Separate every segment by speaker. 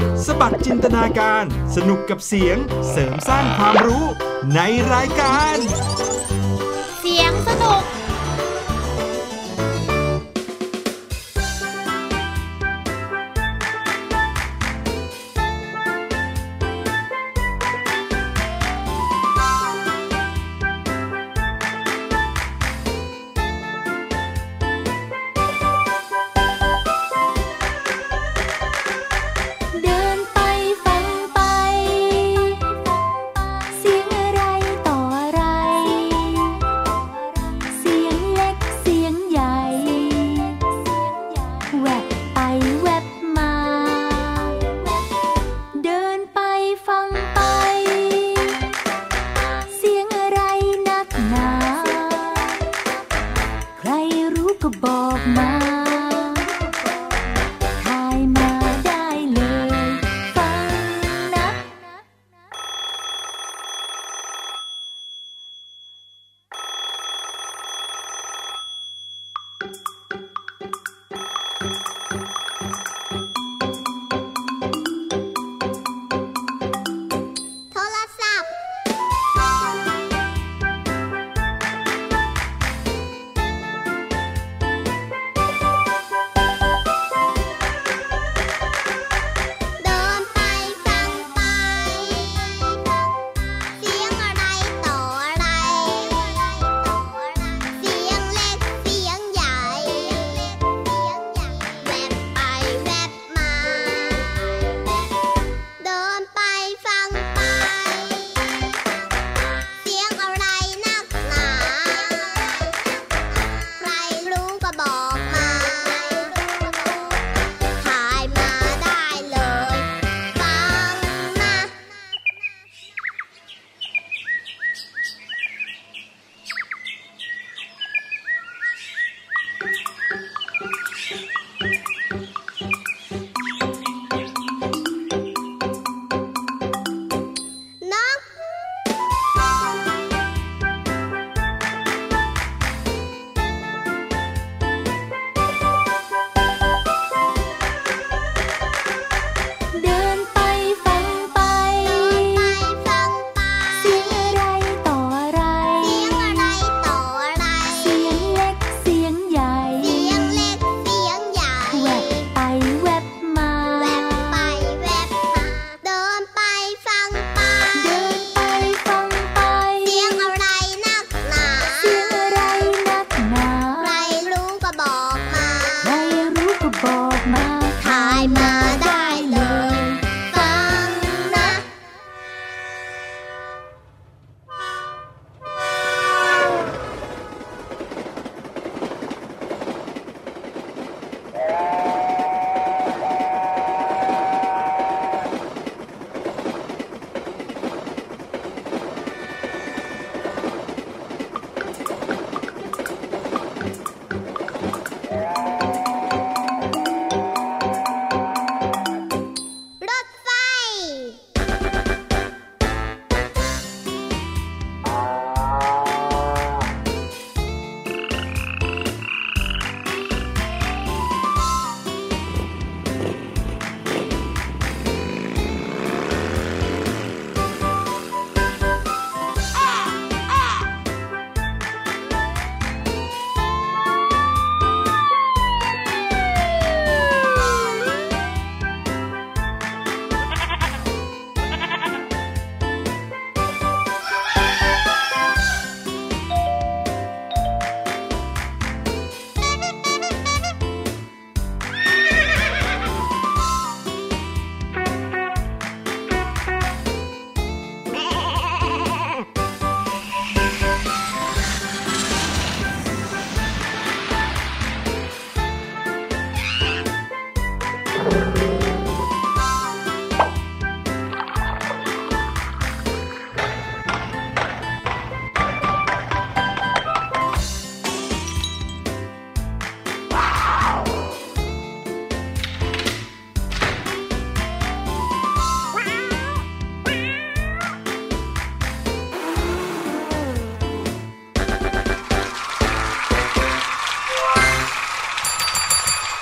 Speaker 1: สบัดจินตนาการสนุกกับเสียงเสริมสร้างความรู้ในรายการ
Speaker 2: เสียงสนุก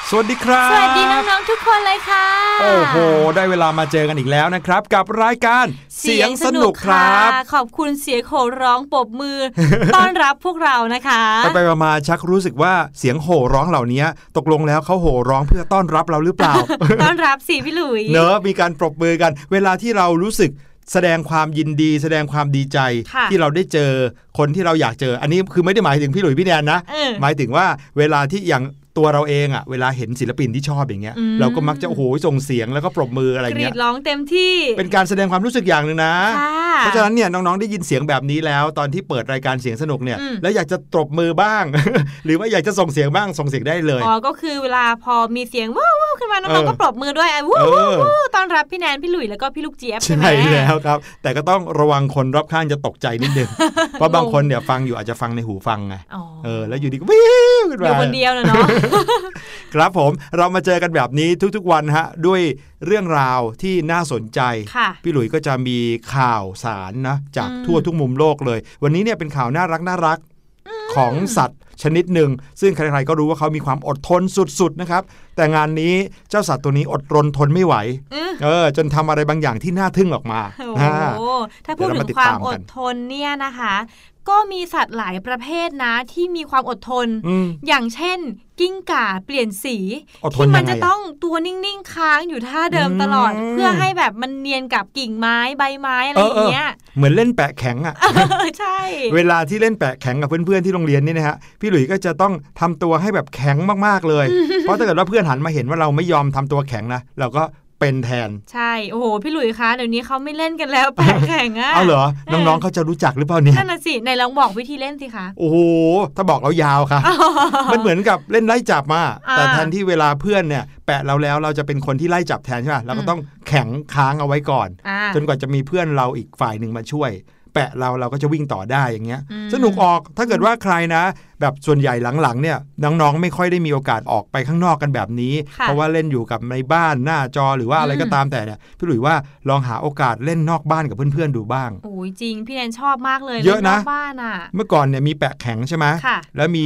Speaker 1: สวัสดีครับ
Speaker 2: สวัสดีน้องๆทุกคนเลยค่ะ
Speaker 1: โอ้โหได้เวลามาเจอกันอีกแล้วนะครับกับรายการเสียงสนุกครับ
Speaker 2: ขอบคุณเสียงโห่ร้องปรบมือ ต้อนรับพวกเรานะคะ
Speaker 1: ไปมาชักรู้สึกว่าเสียงโห่ร้องเหล่านี้ตกลงแล้วเขาโห่ร้องเพื่อต้อนรับเราหรือเปล่า
Speaker 2: ต้อนรับสิพี่หลุย
Speaker 1: เนอะมีการปรบมือกันเวลาที่เรารู้สึกแสดงความยินดีแสดงความดีใจที่เราได้เจอคนที่เราอยากเจออันนี้คือไม่ได้หมายถึงพี่หลุยพี่แนนนะหมายถึงว่าเวลาที่อย่างตัวเราเองอ่ะเวลาเห็นศิลปินที่ชอบอย่างเงี้ยเราก็มักจะโอ้โหส่งเสียงแล้วก็ปรบมืออะไรเงี้ย
Speaker 2: กรีดร้องเต็มที่
Speaker 1: เป็นการแสดงความรู้สึกอย่างนึงนะเพราะฉะนั้นเนี่ยน้องๆได้ยินเสียงแบบนี้แล้วตอนที่เปิดรายการเสียงสนุกเนี่ยแล้วอยากจะตบมือบ้าง หรือว่าอยากจะส่งเสียงบ้างส่งเสียงได้เลย
Speaker 2: อ๋อก็คือเวลาพอมีเสียงว้าวขึ้นมาน้องๆก็ปรบมือด้วยว้าวต้อนรับพี่แนนพี่หลุยแล้วก็พี่ลูกเจี๊ยบใช่ไหม
Speaker 1: ใช่แล้วครับแต่ก็ต้องระวังคนรอบข้างจะตกใจนิดนึง เพราะบางคนเนี่ยฟังอยู่อาจจะฟังในหูฟังไงแล้วอยู่ดีก็วิวขึ้นมา
Speaker 2: อยู่คนเดียวนะเนาะ
Speaker 1: ครับผมเรามาเจอกันแบบนี้ทุกๆวันฮะด้วยเรื่องราวที่น่าสนใจพี่หลุยส์ก็จะมีข่าวสารนะจากทั่วทุกมุมโลกเลยวันนี้เนี่ยเป็นข่าวน่ารักของสัตว์ชนิดหนึ่งซึ่งใครๆก็รู้ว่าเขามีความอดทนสุดๆนะครับแต่งานนี้เจ้าสัตว์ตัวนี้อดรนทนไม่ไหวจนทำอะไรบางอย่างที่น่าทึ่งออกมา
Speaker 2: ถ้าพูดถึงความอดทนเนี่ยนะคะก็มีสัตว์หลายประเภทนะที่มีความอดทนอย่างเช่นกิ้งก่าเปลี่ยนสีที่มันจะต้องตัวนิ่งๆค้างอยู่ท่าเดิมตลอดเพื่อให้แบบมันเนียนกับกิ่งไม้ใบไม้อะไรอย่างเงี้ย
Speaker 1: เหมือนเล่นแปะแข็งอ่ะ
Speaker 2: ใช่
Speaker 1: เวลาที่เล่นแปะแข็งกับเพื่อนๆที่โรงเรียนนี่นะฮะพี่หลุยก็จะต้องทำตัวให้แบบแข็งมากๆเลย เพราะถ้าเกิดว่าเพื่อนหันมาเห็นว่าเราไม่ยอมทำตัวแข็งนะเราก็เป็นแทน
Speaker 2: ใช่โอ้โหพี่หลุยคะเดี๋ยวนี้เขาไม่เล่นกันแล้วแปะแข็งอ่ะ
Speaker 1: เอาเหรอน้องๆเขาจะรู้จักหรือเปล่าเนี่ย
Speaker 2: นั่นน่ะสิไหนลองบอกวิธีเล่นสิคะ
Speaker 1: โอ้โหถ้าบอกเรายาวค่ะ มันเหมือนกับเล่นไล่จับมาแต่แทนที่เวลาเพื่อนเนี่ยแปะเราแล้วเราจะเป็นคนที่ไล่จับแทนใช่ไหมเราก็ต้องแข็งค้างเอาไว้ก่อนจนกว่าจะมีเพื่อนเราอีกฝ่ายหนึ่งมาช่วยแปะเราก็จะวิ่งต่อได้อย่างเงี้ยสนุกออกถ้าเกิดว่าใครนะแบบส่วนใหญ่หลังๆเนี่ยน้องๆไม่ค่อยได้มีโอกาสออกไปข้างนอกกันแบบนี้เพราะว่าเล่นอยู่กับในบ้านหน้าจอหรือว่าอะไรก็ตามแต่เนี่ยพี่หลุยว่าลองหาโอกาสเล่นนอกบ้านกับเพื่อนๆดูบ้าง
Speaker 2: โอ้ยจริงพี่แนนชอบมากเลย
Speaker 1: เยอะนะ
Speaker 2: นอกบ้านอ่ะ
Speaker 1: เมื่อก่อนเนี่ยมีแปะแข็งใช่ไหมแล้วมี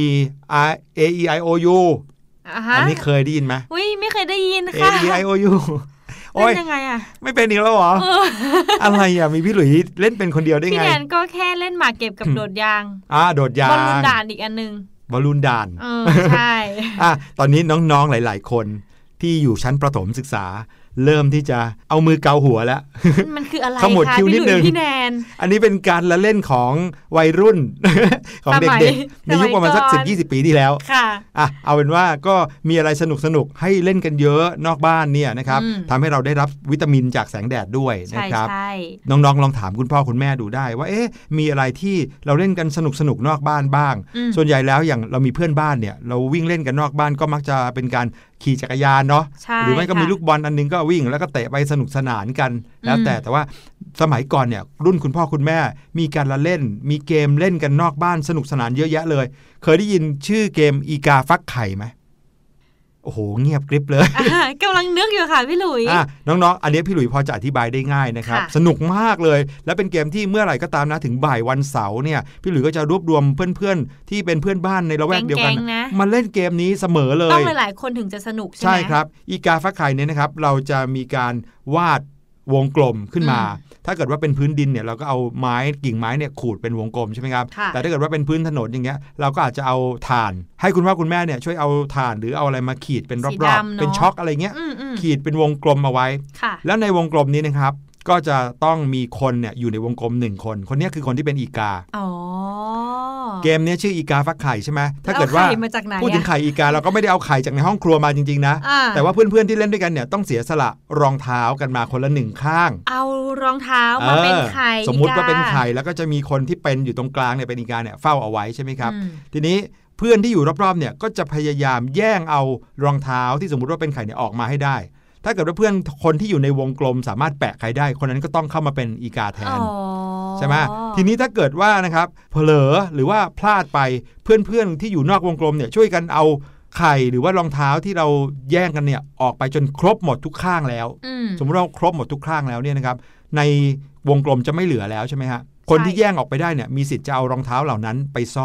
Speaker 1: A E I O U อันนี้เคยได้ยินไหม
Speaker 2: อุ้ยไม่เคยได้ยินค่ะ
Speaker 1: A E I O U
Speaker 2: เล่นยังไงอ่ะ
Speaker 1: ไม่เป็นอีกแล้วเหรออะไรอ่ะมีพี่หลุยเล่นเป็นคนเดียวได้ไง
Speaker 2: พี่แนนก็แค่เล่นหมากเก็บกับโดดยาง
Speaker 1: โดดยาง
Speaker 2: บอลลูนด่านอีกอันนึง
Speaker 1: บอลลูนด่าน
Speaker 2: ใช่
Speaker 1: ตอนนี้น้องๆหลายๆคนที่อยู่ชั้นประถมศึกษาเริ่มที่จะเอามือเกาหัวแล้ว
Speaker 2: มันคืออะไร
Speaker 1: ขมวดคิ้วนิดนึง
Speaker 2: พี่แนน
Speaker 1: อันนี้เป็นการละเล่นของวัยรุ่น ของเด็กๆในยุคประมาณสัก 10-20 ปีที่แล้วเอาเป็นว่าก็มีอะไรสนุกๆให้เล่นกันเยอะนอกบ้านเนี่ยนะครับทำให้เราได้รับวิตามินจากแสงแดดด้วยนะครับน้องๆลองถามคุณพ่อคุณแม่ดูได้ว่ามีอะไรที่เราเล่นกันสนุกๆนอกบ้านบ้างส่วนใหญ่แล้วอย่างเรามีเพื่อนบ้านเนี่ยเราวิ่งเล่นกันนอกบ้านก็มักจะเป็นการขี่จักรยานเนาะหรือไม่ก็มีลูกบอลอันนึงก็วิ่งแล้วก็เตะไปสนุกสนานกันแล้วแต่ว่าสมัยก่อนเนี่ยรุ่นคุณพ่อคุณแม่มีการละเล่นมีเกมเล่นกันนอกบ้านสนุกสนานเยอะแยะเลยเคยได้ยินชื่อเกมอีกาฟักไข่ไหมโอ้โหเงียบกริบเลย
Speaker 2: กำลังนึกอยู่ค่ะพี่หลุย
Speaker 1: น้องๆอันนี้พี่หลุยพอจะอธิบายได้ง่ายนะครับสนุกมากเลยและเป็นเกมที่เมื่อไหร่ก็ตามนะถึงบ่ายวันเสาร์เนี่ยพี่หลุยก็จะรวบรวมเพื่อนๆที่เป็นเพื่อนบ้านในละแวกเดียวกันมาเล่นเกมนี้เสมอเลย
Speaker 2: ต้องหลายๆคนถึงจะสนุกใช่ไหม
Speaker 1: ใช่ครับอีกาฟักไข่เนี่ยนะครับเราจะมีการวาดวงกลมขึ้นมาถ้าเกิดว่าเป็นพื้นดินเนี่ยเราก็เอาไม้กิ่งไม้เนี่ยขูดเป็นวงกลมใช่ไหมครับแต่ถ้าเกิดว่าเป็นพื้นถนนอย่างเงี้ยเราก็อาจจะเอาถ่านให้คุณพ่อคุณแม่เนี่ยช่วยเอาถ่านหรือเอาอะไรมาขีดเป็นรอบๆเป็นช็อคอะไรเงี้ยขีดเป็นวงกลมเอาไว้แล้วในวงกลมนี้นะครับก็จะต้องมีคนเนี่ยอยู่ในวงกลม1คนนี้คือคนที่เป็นอีกาเกมนี้ชื่ออีกาฟักไข่ใช่ไหมถ้าเกิดว่าพูดถึงไข่อีกาเราก็ไม่ได้เอาไข่จากในห้องครัวมาจริงๆนะแต่ว่าเพื่อนๆที่เล่นด้วยกันเนี่ยต้องเสียสละรองเท้ากันมาคนละ1ข้าง
Speaker 2: เอารองเท้ามาเป็นไข่
Speaker 1: สมมุติว่าเป็นไข่แล้วก็จะมีคนที่เป็นอยู่ตรงกลางเนี่ยเป็นอีกาเนี่ยเฝ้าเอาไว้ใช่ไหมครับทีนี้เพื่อนที่อยู่รอบๆเนี่ยก็จะพยายามแย่งเอารองเท้าที่สมมุติว่าเป็นไข่เนี่ยออกมาให้ได้ถ้าเกิดว่าเพื่อนคนที่อยู่ในวงกลมสามารถแปะใครได้คนนั้นก็ต้องเข้ามาเป็นอีกาแทนใช่ไหมทีนี้ถ้าเกิดว่านะครับเผลอหรือว่าพลาดไปเพื่อนๆที่อยู่นอกวงกลมเนี่ยช่วยกันเอาไข่หรือว่ารองเท้าที่เราแย่งกันเนี่ยออกไปจนครบหมดทุกข้างแล้วสมมติเราครบหมดทุกข้างแล้วเนี่ยนะครับในวงกลมจะไม่เหลือแล้วใช่ไหมฮะคนที่แย่งออกไปได้เนี่ยมีสิทธิ์จะเอารองเท้าเหล่านั้นไปซ่อน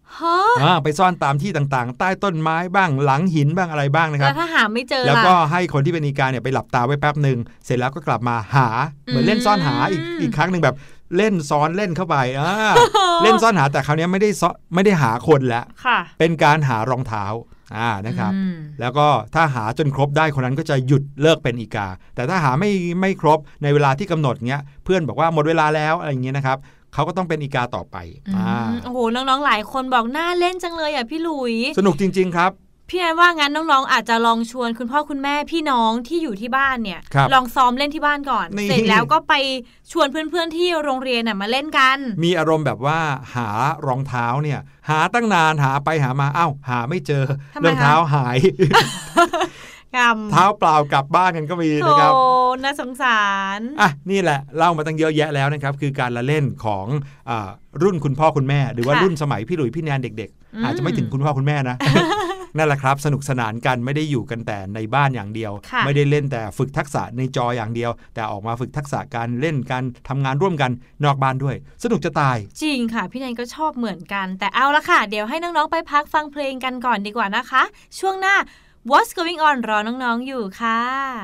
Speaker 1: ไปซ่อนตามที่ต่างๆใต้ต้นไม้บ้างหลังหินบ้างอะไรบ้างนะครับ
Speaker 2: แล้วถ้าหาไม่เจอ
Speaker 1: แล้วก็ให้คนที่เป็นอีกาเนี่ยไปหลับตาไว้แป๊บนึงเสร็จแล้วก็กลับมาหาเหมือนเล่นซ่อนหาอีกครั้งนึงแบบเล่นซ้อนเล่นเข้าไปเล่นซ่อนหาแต่คราวนี้ไม่ได้หาคนแล้วเป็นการหารองเท้านะครับแล้วก็ถ้าหาจนครบได้คนนั้นก็จะหยุดเลิกเป็นอีกาแต่ถ้าหาไม่ครบในเวลาที่กำหนดเงี้ยเพื่อนบอกว่าหมดเวลาแล้วอะไรอย่างเงี้ยนะครับเขาก็ต้องเป็นอีกาต่อไป
Speaker 2: โอ้โหน้องๆหลายคนบอกน่าเล่นจังเลยอ่ะพี่หลุย
Speaker 1: สนุกจริงๆครับ
Speaker 2: พี่แอนว่างั้นน้องๆอาจจะลองชวนคุณพ่อคุณแม่พี่น้องที่อยู่ที่บ้านเนี่ยลองซ้อมเล่นที่บ้านก่อนเสร็จแล้วก็ไปชวนเพื่อนๆที่โรงเรียนมาเล่นกัน
Speaker 1: มีอารมณ์แบบว่าหารองเท้าเนี่ยหาตั้งนานหาไปหามาหาไม่เจอรองเท้าหายเท้าเปล่ากลับบ้านกันก็มีนะครับ
Speaker 2: โอ้น่าสงสาร
Speaker 1: นี่แหละเล่ามาตั้งเยอะแยะแล้วนะครับคือการละเล่นของรุ่นคุณพ่อคุณแม่หรือว่ารุ่นสมัยพี่หลุยพี่แนนเด็กๆอาจจะไม่ถึงคุณพ่อคุณแม่นะ นั่นแหละครับสนุกสนานกันไม่ได้อยู่กันแต่ในบ้านอย่างเดียวไม่ได้เล่นแต่ฝึกทักษะในจออย่างเดียวแต่ออกมาฝึกทักษะการเล่นการทำงานร่วมกันนอกบ้านด้วยสนุกจะตาย
Speaker 2: จริงค่ะพี่แนนก็ชอบเหมือนกันแต่เอาละค่ะเดี๋ยวให้น้องๆไปพักฟังเพลงกันก่อนดีกว่านะคะช่วงหน้าWhat's Going On รอน้องๆอยู่ค่ะ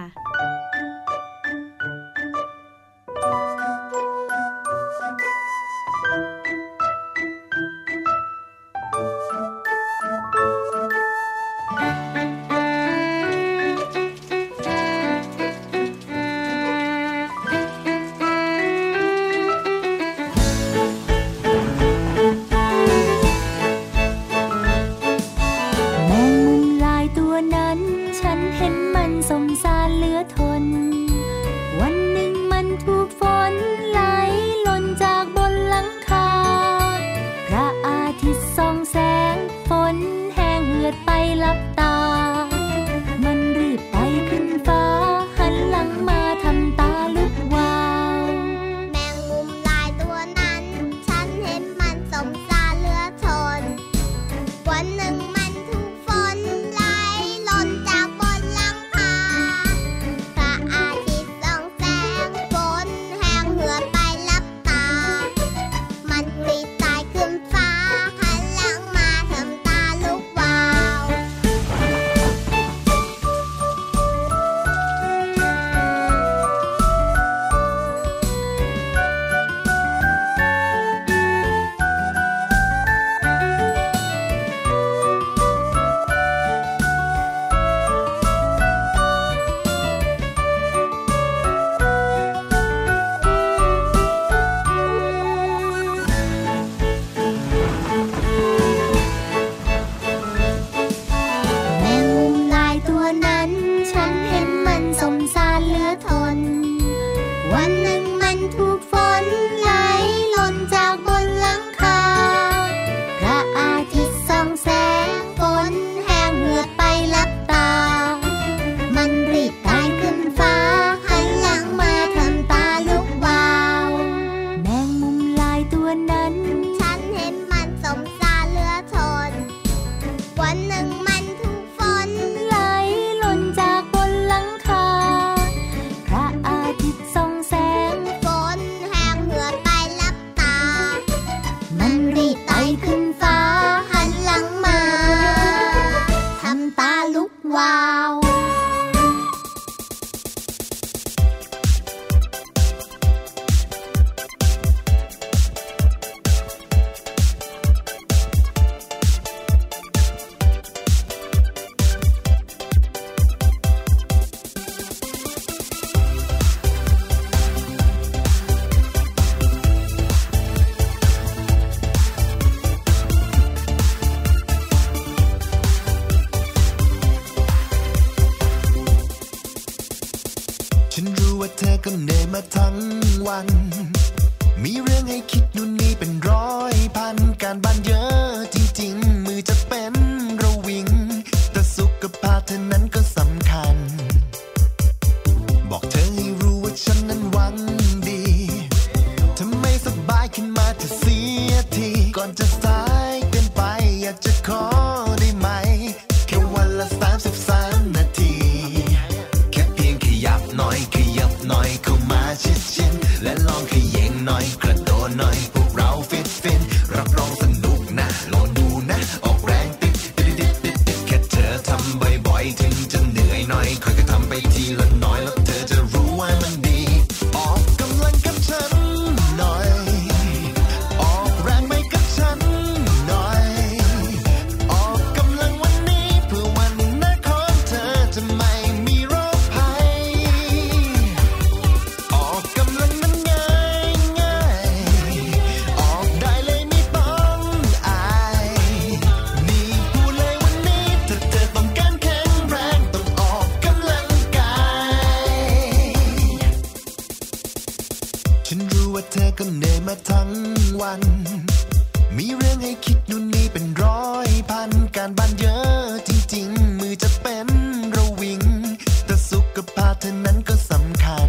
Speaker 3: มีเรื่องให้คิดนู่นนี่เป็นร้อยพันการบ้านเยอะจริงๆมือจะเป็นระวิงแต่สุขภาพเธอนั้นก็สำคัญบอกเธอให้รู้ว่าฉันนั้นหวังดีถ้าไม่สบายขึ้นมาเธอเสียทีก่อนจะสายเกินไปอยากจะขอได้ไหมแค่วันละ33 นาทีแค่เพียงขยับหน่อยเข้ามาชิดๆและลองขย่งหน่อยกระโดดหน่อยพวกเราฟินรับรองสนุกนะลองดูแล้วเธอจะรู้ว่ามันดีออกกำลังกับฉันหน่อยออกแรงไปกับฉันหน่อยออกกำลังวันนี้เพื่อวันหน้าของเธอจะไม่มีโรคภัยออกกำลังมันง่ายออกได้เลยไม่ต้องอายนี่พูดเลยวันนี้ถ้าเธอต้องการแข็งแรงต้องออกกำลังกายฉันรู้ว่าเธอก็เหนื่อยมาทั้งวันมีเรื่องให้คิดนู่นนี่เป็นร้อยพันการบ้านเยอะจริงๆมือจะเป็นระวิงแต่สุขภาพเธอนั้นก็สำคัญ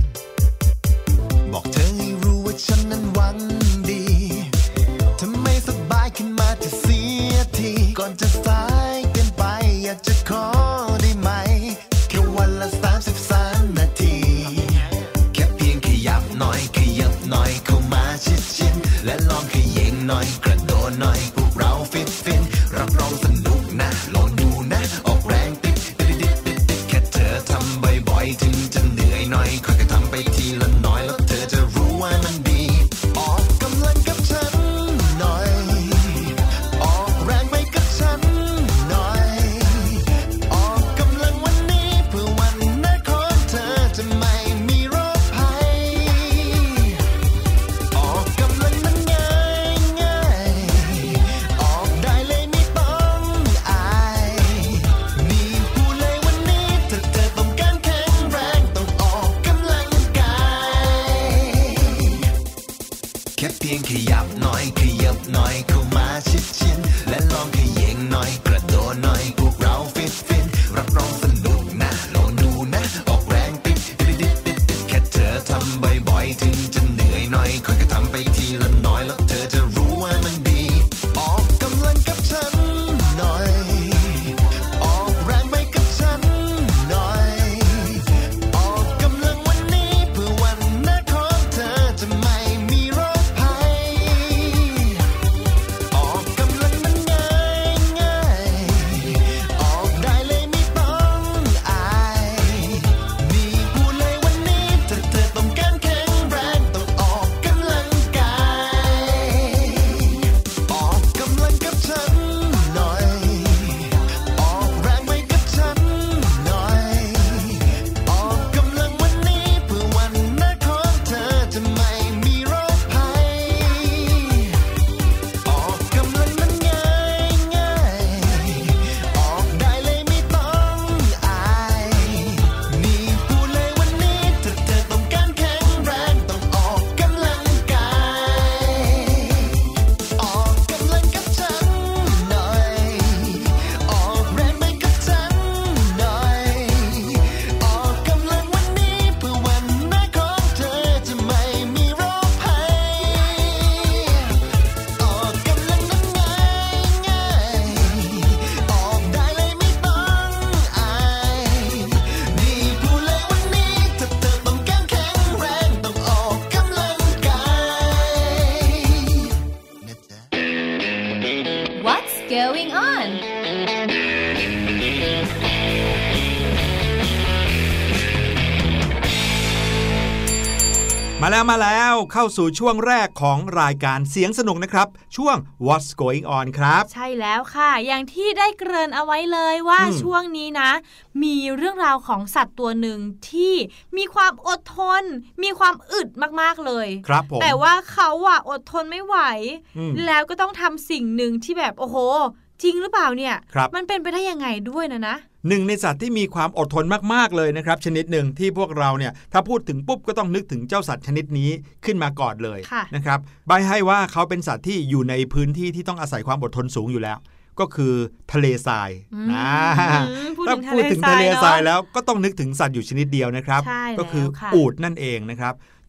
Speaker 3: บอกเธอให้รู้ว่าฉันนั้นหวังดีถ้าไม่สบายขึ้นมาจะเสียทีก่อนจะสายเกินไปอยากจะขอได้ไหมแค่วันละ33 นาทีแค่เพียงขยับหน่อยขยับหน่อยเข้ามาชิดๆและลองขยิงหน่อยกระโดดหน่อยพวกเราฟินรับรองสนุกนะลองดูนะออกแรงติดแค่เธอทำบ่อยๆถึงจะเหนื่อยหน่อยค่อยๆทำไปทีละน้อยแล้วเธอจะรู้ว่ามันดีออกกำลังกับฉันหน่อยออกแรงไปกับฉันหน่อยออกกำลังวันนี้เพื่อวันหน้าของเธอจะไม่มีโรคภัยออกกำลังมันง่ายออกได้เลยไม่ต้องอายนี่พูดเลยวันนี้ถ้าเธอต้องการแข็งแรงต้องออกกำลังกายแค่เพียงขยับหน่อยขยับหน่อยเข้ามาชิดๆและลองขยิงหน่อยกระโดดหน่อยพวกเราฟินรับรองสนุกนะลองดูนะออกแรงติดแค่เธอทำบ่อยๆถึงจะเหนื่อยหน่อยค่อยๆทำไปทีละน้อยแล้วเธอจะรู้ว่ามันดีออกกำลังกับฉันหน่อยออกแรงไปกับฉันหน่อยออกกำลังวันนี้เพื่อวันหน้าของเธอจะไม่มีโรคภัยออกกำลังมันง่ายออกได้เลยไม่ต้องอายนี่พูดเลยวันนี้ถ้าเธอต้องการแข็งแรงต้องออกกำลังกายออกกำลังกับฉันหน่อยออกแรงไปกับฉันหน่อยออกกำลังวันนี้เพื่อวันหน้าของเธอจะไม่มีโรคภัยออกกำลังมันง่ายออกได้เลยไม่ต้องอายนี่พูดเลยวันนี้ถ้าเธอต้องการแข็งแรงต้องออกกำลังกายออกกำลังกับฉันหน่อยออกแรงไปกับฉันหน่อยออกกำลังวันนี้เพื่อวันหน้าของเธอจะไม่มีโรคภัยออกกำลังมันง่ายออกได้เลยไม่ต้องอายนี่พูดเลยวันนี้ถ้าเธอต้องการแข็งแรงต้องออกกำลังกายนะจ๊ะ
Speaker 4: What's going on?
Speaker 1: มาแล้วเข้าสู่ช่วงแรกของรายการเสียงสนุกนะครับช่วง What's Going On ครับ
Speaker 2: ใช่แล้วค่ะอย่างที่ได้เกริ่นเอาไว้เลยว่าช่วงนี้นะมีเรื่องราวของสัตว์ตัวหนึ่งที่มีความอดทนมีความอึดมากๆเลย
Speaker 1: ครับผม
Speaker 2: แต่ว่าเขาอดทนไม่ไหวแล้วก็ต้องทำสิ่งหนึ่งที่แบบโอ้โหจริงหรือเปล่าเนี่ยมันเป็นไปได้ยังไงด้วยนะ
Speaker 1: หนึ่งในสัตว์ที่มีความอดทนมากๆเลยนะครับชนิดหนึ่งที่พวกเราเนี่ยถ้าพูดถึงปุ๊บก็ต้องนึกถึงเจ้าสัตว์ชนิดนี้ขึ้นมาก่อนเลยนะครับใบให้ว่าเขาเป็นสัตว์ที่อยู่ในพื้นที่ที่ต้องอาศัยความอดทนสูงอยู่แล้วก็คือทะเลทรายถ้าพูดถึงทะเลทรายแล้วก็ต้องนึกถึงสัตว์อยู่ชนิดเดียวนะครับก็คืออูฐนั่นเองนะครับ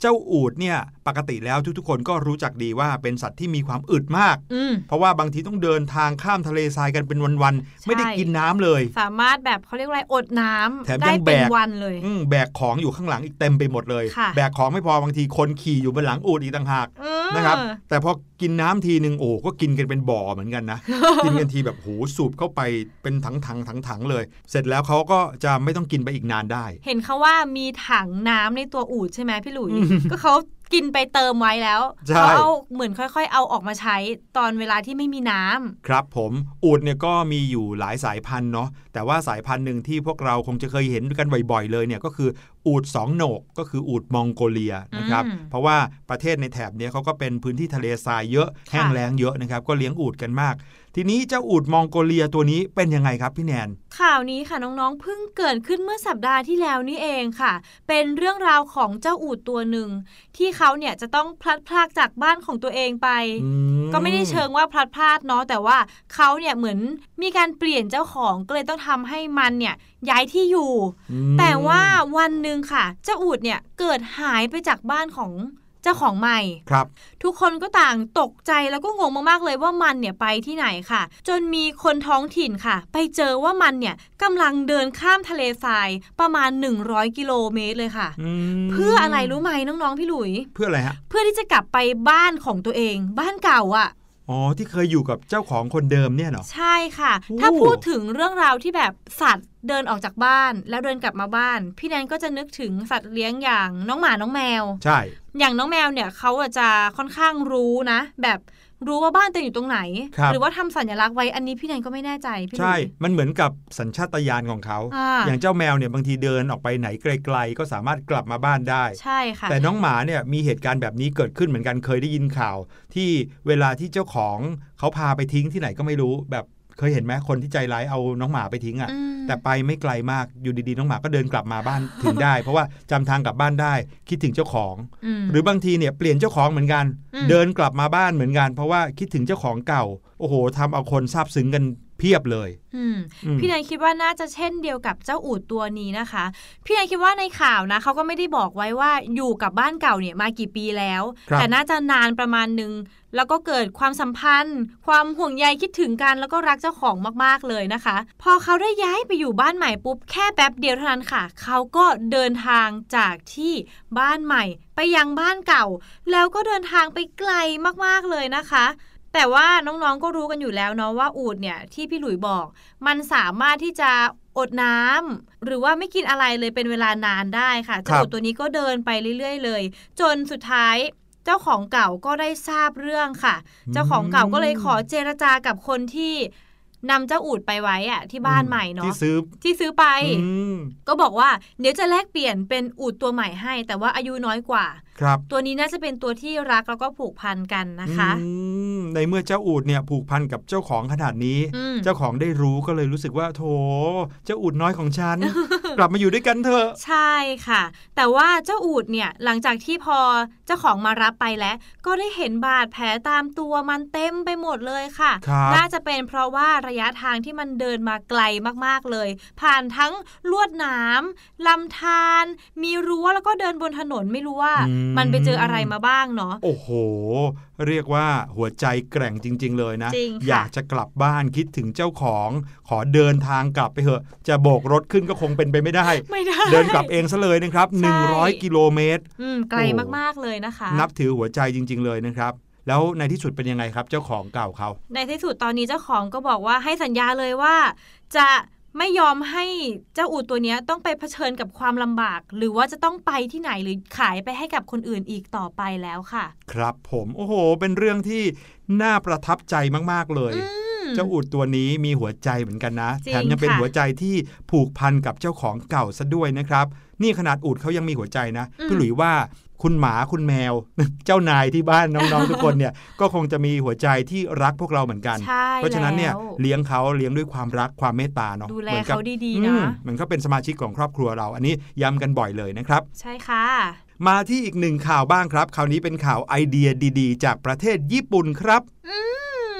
Speaker 1: เจ้าอูฐเนี่ยปกติแล้วทุกๆคนก็รู้จักดีว่าเป็นสัตว์ที่มีความอึดมากเพราะว่าบางทีต้องเดินทางข้ามทะเลทรายกันเป็นวันๆไม่ได้กินน้ำเลย
Speaker 2: สามารถแบบเขาเรียกว่าอดน้ำได้เป็นวันเลย
Speaker 1: แบกของอยู่ข้างหลังอีกเต็มไปหมดเลยแบกของไม่พอบางทีคนขี่อยู่บนหลังอูฐอีกต่างหากนะครับแต่พอกินน้ำทีนึงก็กินกันเป็นบ่อเหมือนกันนะ กินกันทีแบบสูบเข้าไปเป็นถังเลยเสร็จแล้วเขาก็จะไม่ต้องกินไปอีกนานได้
Speaker 2: เห็นเขาว่ามีถังน้ำในตัวอูฐใช่ไหมพี่หลุย ก็เขากินไปเติมไว้แล้วเขาเอาเหมือนค่อยๆเอาออกมาใช้ตอนเวลาที่ไม่มีน้ำ
Speaker 1: ครับผมอูฐเนี่ยก็มีอยู่หลายสายพันธุ์เนาะแต่ว่าสายพันธุ์หนึ่งที่พวกเราคงจะเคยเห็นกันบ่อยๆเลยเนี่ยก็คืออูฐ2โหนกก็คืออูฐมองโกเลียนะครับเพราะว่าประเทศในแถบนี้เขาก็เป็นพื้นที่ทะเลทรายเยอะแห้งแล้งเยอะนะครับก็เลี้ยงอูฐกันมากทีนี้เจ้าอูฐมองโกเลียตัวนี้เป็นยังไงครับพี่แนน
Speaker 2: ข่าวนี้ค่ะน้องๆเพิ่งเกิดขึ้นเมื่อสัปดาห์ที่แล้วนี่เองค่ะเป็นเรื่องราวของเจ้าอูฐตัวหนึ่งที่เขาเนี่ยจะต้องพลัดพรากจากบ้านของตัวเองไปก็ไม่ได้เชิงว่าพลัดพรากเนาะแต่ว่าเขาเนี่ยเหมือนมีการเปลี่ยนเจ้าของก็เลยต้องทำให้มันเนี่ยย้ายที่อยู่แต่ว่าวันนึงค่ะเจ้าอูฐเนี่ยเกิดหายไปจากบ้านของเจ้าของใหม่
Speaker 1: ครับ
Speaker 2: ทุกคนก็ต่างตกใจแล้วก็งงมากๆเลยว่ามันเนี่ยไปที่ไหนค่ะจนมีคนท้องถิ่นค่ะไปเจอว่ามันเนี่ยกำลังเดินข้ามทะเลทรายประมาณ100กิโลเมตรเลยค่ะเพื่ออะไรรู้ไหมน้องๆพี่หลุย
Speaker 1: เพื่ออะไรฮะ
Speaker 2: เพื่อที่จะกลับไปบ้านของตัวเองบ้านเก่าอ่ะ
Speaker 1: ที่เคยอยู่กับเจ้าของคนเดิมเนี่ยเนาะ
Speaker 2: ใช่ค่ะถ้าพูดถึงเรื่องราวที่แบบสัตว์เดินออกจากบ้านแล้วเดินกลับมาบ้านพี่แนนก็จะนึกถึงสัตว์เลี้ยงอย่างน้องหมาน้องแมว
Speaker 1: ใช่
Speaker 2: อย่างน้องแมวเนี่ยเขาจะค่อนข้างรู้นะแบบรู้ว่าบ้านตัวเองอยู่ตรงไหนหรือว่าทำสัญลักษณ์ไว้อันนี้พี่แนนก็ไม่แน่ใจ
Speaker 1: ใช่มันเหมือนกับสัญชาตญาณของเขาอย่างเจ้าแมวเนี่ยบางทีเดินออกไปไหนไกลๆก็สามารถกลับมาบ้านได้
Speaker 2: ใช่ค่ะ
Speaker 1: แต่น้องหมาเนี่ยมีเหตุการณ์แบบนี้เกิดขึ้นเหมือนกันเคยได้ยินข่าวที่เวลาที่เจ้าของเขาพาไปทิ้งที่ไหนก็ไม่รู้แบบเคยเห็นไหมคนที่ใจร้ายเอาน้องหมาไปทิ้งแต่ไปไม่ไกลมากอยู่ดีๆน้องหมาก็เดินกลับมาบ้านถึงได้ เพราะว่าจำทางกลับบ้านได้คิดถึงเจ้าของหรือบางทีเนี่ยเปลี่ยนเจ้าของเหมือนกันเดินกลับมาบ้านเหมือนกันเพราะว่าคิดถึงเจ้าของเก่าโอ้โหทำเอาคนซาบซึ้งกันเพียบเลย
Speaker 2: พี่นายคิดว่าน่าจะเช่นเดียวกับเจ้าอูฐตัวนี้นะคะพี่นายคิดว่าในข่าวนะเขาก็ไม่ได้บอกไว้ว่าอยู่กับบ้านเก่าเนี่ยมากี่ปีแล้วแต่น่าจะนานประมาณนึงแล้วก็เกิดความสัมพันธ์ความห่วงใยคิดถึงกันแล้วก็รักเจ้าของมากๆเลยนะคะพอเขาได้ย้ายไปอยู่บ้านใหม่ปุ๊บแค่แป๊บเดียวเท่านั้นค่ะเขาก็เดินทางจากที่บ้านใหม่ไปยังบ้านเก่าแล้วก็เดินทางไปไกลมากๆเลยนะคะแต่ว่าน้องๆก็รู้กันอยู่แล้วเนาะว่าอูฐเนี่ยที่พี่หลุยบอกมันสามารถที่จะอดน้ำหรือว่าไม่กินอะไรเลยเป็นเวลานานได้ค่ะเจ้าอูฐตัวนี้ก็เดินไปเรื่อยๆเลยจนสุดท้ายเจ้าของเก่าก็ได้ทราบเรื่องค่ะเจ้าของเก่าก็เลยขอเจรจากับคนที่นำเจ้าอูฐไปไว้อะที่บ้านใหม่เนาะที่ซื้อไปก็บอกว่าเดี๋ยวจะแลกเปลี่ยนเป็นอูฐตัวใหม่ให้แต่ว่าอายุน้อยกว่าตัวนี้น่าจะเป็นตัวที่รักแล้วก็ผูกพันกันนะคะ
Speaker 1: ในเมื่อเจ้าอูฐเนี่ยผูกพันกับเจ้าของขนาดนี้เจ้าของได้รู้ก็เลยรู้สึกว่าโถเจ้าอูฐน้อยของฉัน กลับมาอยู่ด้วยกันเถอะ
Speaker 2: ใช่ค่ะแต่ว่าเจ้าอูฐเนี่ยหลังจากที่พอเจ้าของมารับไปแล้วก็ได้เห็นบาดแผลตามตัวมันเต็มไปหมดเลยค่ะน่าจะเป็นเพราะว่าระยะทางที่มันเดินมาไกลมากๆเลยผ่านทั้งลวดหนามลำธารมีรั้วแล้วก็เดินบนถนนไม่รู้ว่ามันไปเจออะไรมาบ้างเนาะ
Speaker 1: โอ้โหเรียกว่าหัวใจแกร่งจริงๆเลยนะอยากจะกลับบ้านคิดถึงเจ้าของขอเดินทางกลับไปเถอะจะโบกรถขึ้นก็คงเป็นไปไม่ได้เดินกลับเองซะเลยนะครับ100กิโลเมตร
Speaker 2: ไกลมากๆเลยนะคะ
Speaker 1: นับถือหัวใจจริงๆเลยนะครับแล้วในที่สุดเป็นยังไงครับเจ้าของเก่าเขา
Speaker 2: ในที่สุดตอนนี้เจ้าของก็บอกว่าให้สัญญาเลยว่าจะไม่ยอมให้เจ้าอูฐตัวนี้ต้องไปเผชิญกับความลำบากหรือว่าจะต้องไปที่ไหนหรือขายไปให้กับคนอื่นอีกต่อไปแล้วค่ะ
Speaker 1: ครับผมโอ้โหเป็นเรื่องที่น่าประทับใจมากๆเลยเจ้าอูฐตัวนี้มีหัวใจเหมือนกันนะแถมยังเป็นหัวใจที่ผูกพันกับเจ้าของเก่าซะด้วยนะครับนี่ขนาดอูฐเขายังมีหัวใจนะพี่หลุยว่าคุณหมาคุณแมวเจ้านายที่บ้านน้องๆทุกคนเนี่ยก็คงจะมีหัวใจที่รักพวกเราเหมือนกันเพราะฉะนั้นเนี่ยเลี้ยงเขาเลี้ยงด้วยความรักความเมตตาเนาะ
Speaker 2: ดูแลเขาดีๆนะ
Speaker 1: เหมือนเขาเป็นสมาชิกของครอบครัวเราอันนี้ย้ำกันบ่อยเลยนะครับ
Speaker 2: ใช่ค่ะ
Speaker 1: มาที่อีกหนึ่งข่าวบ้างครับคราวนี้เป็นข่าวไอเดียดีๆจากประเทศญี่ปุ่นครับ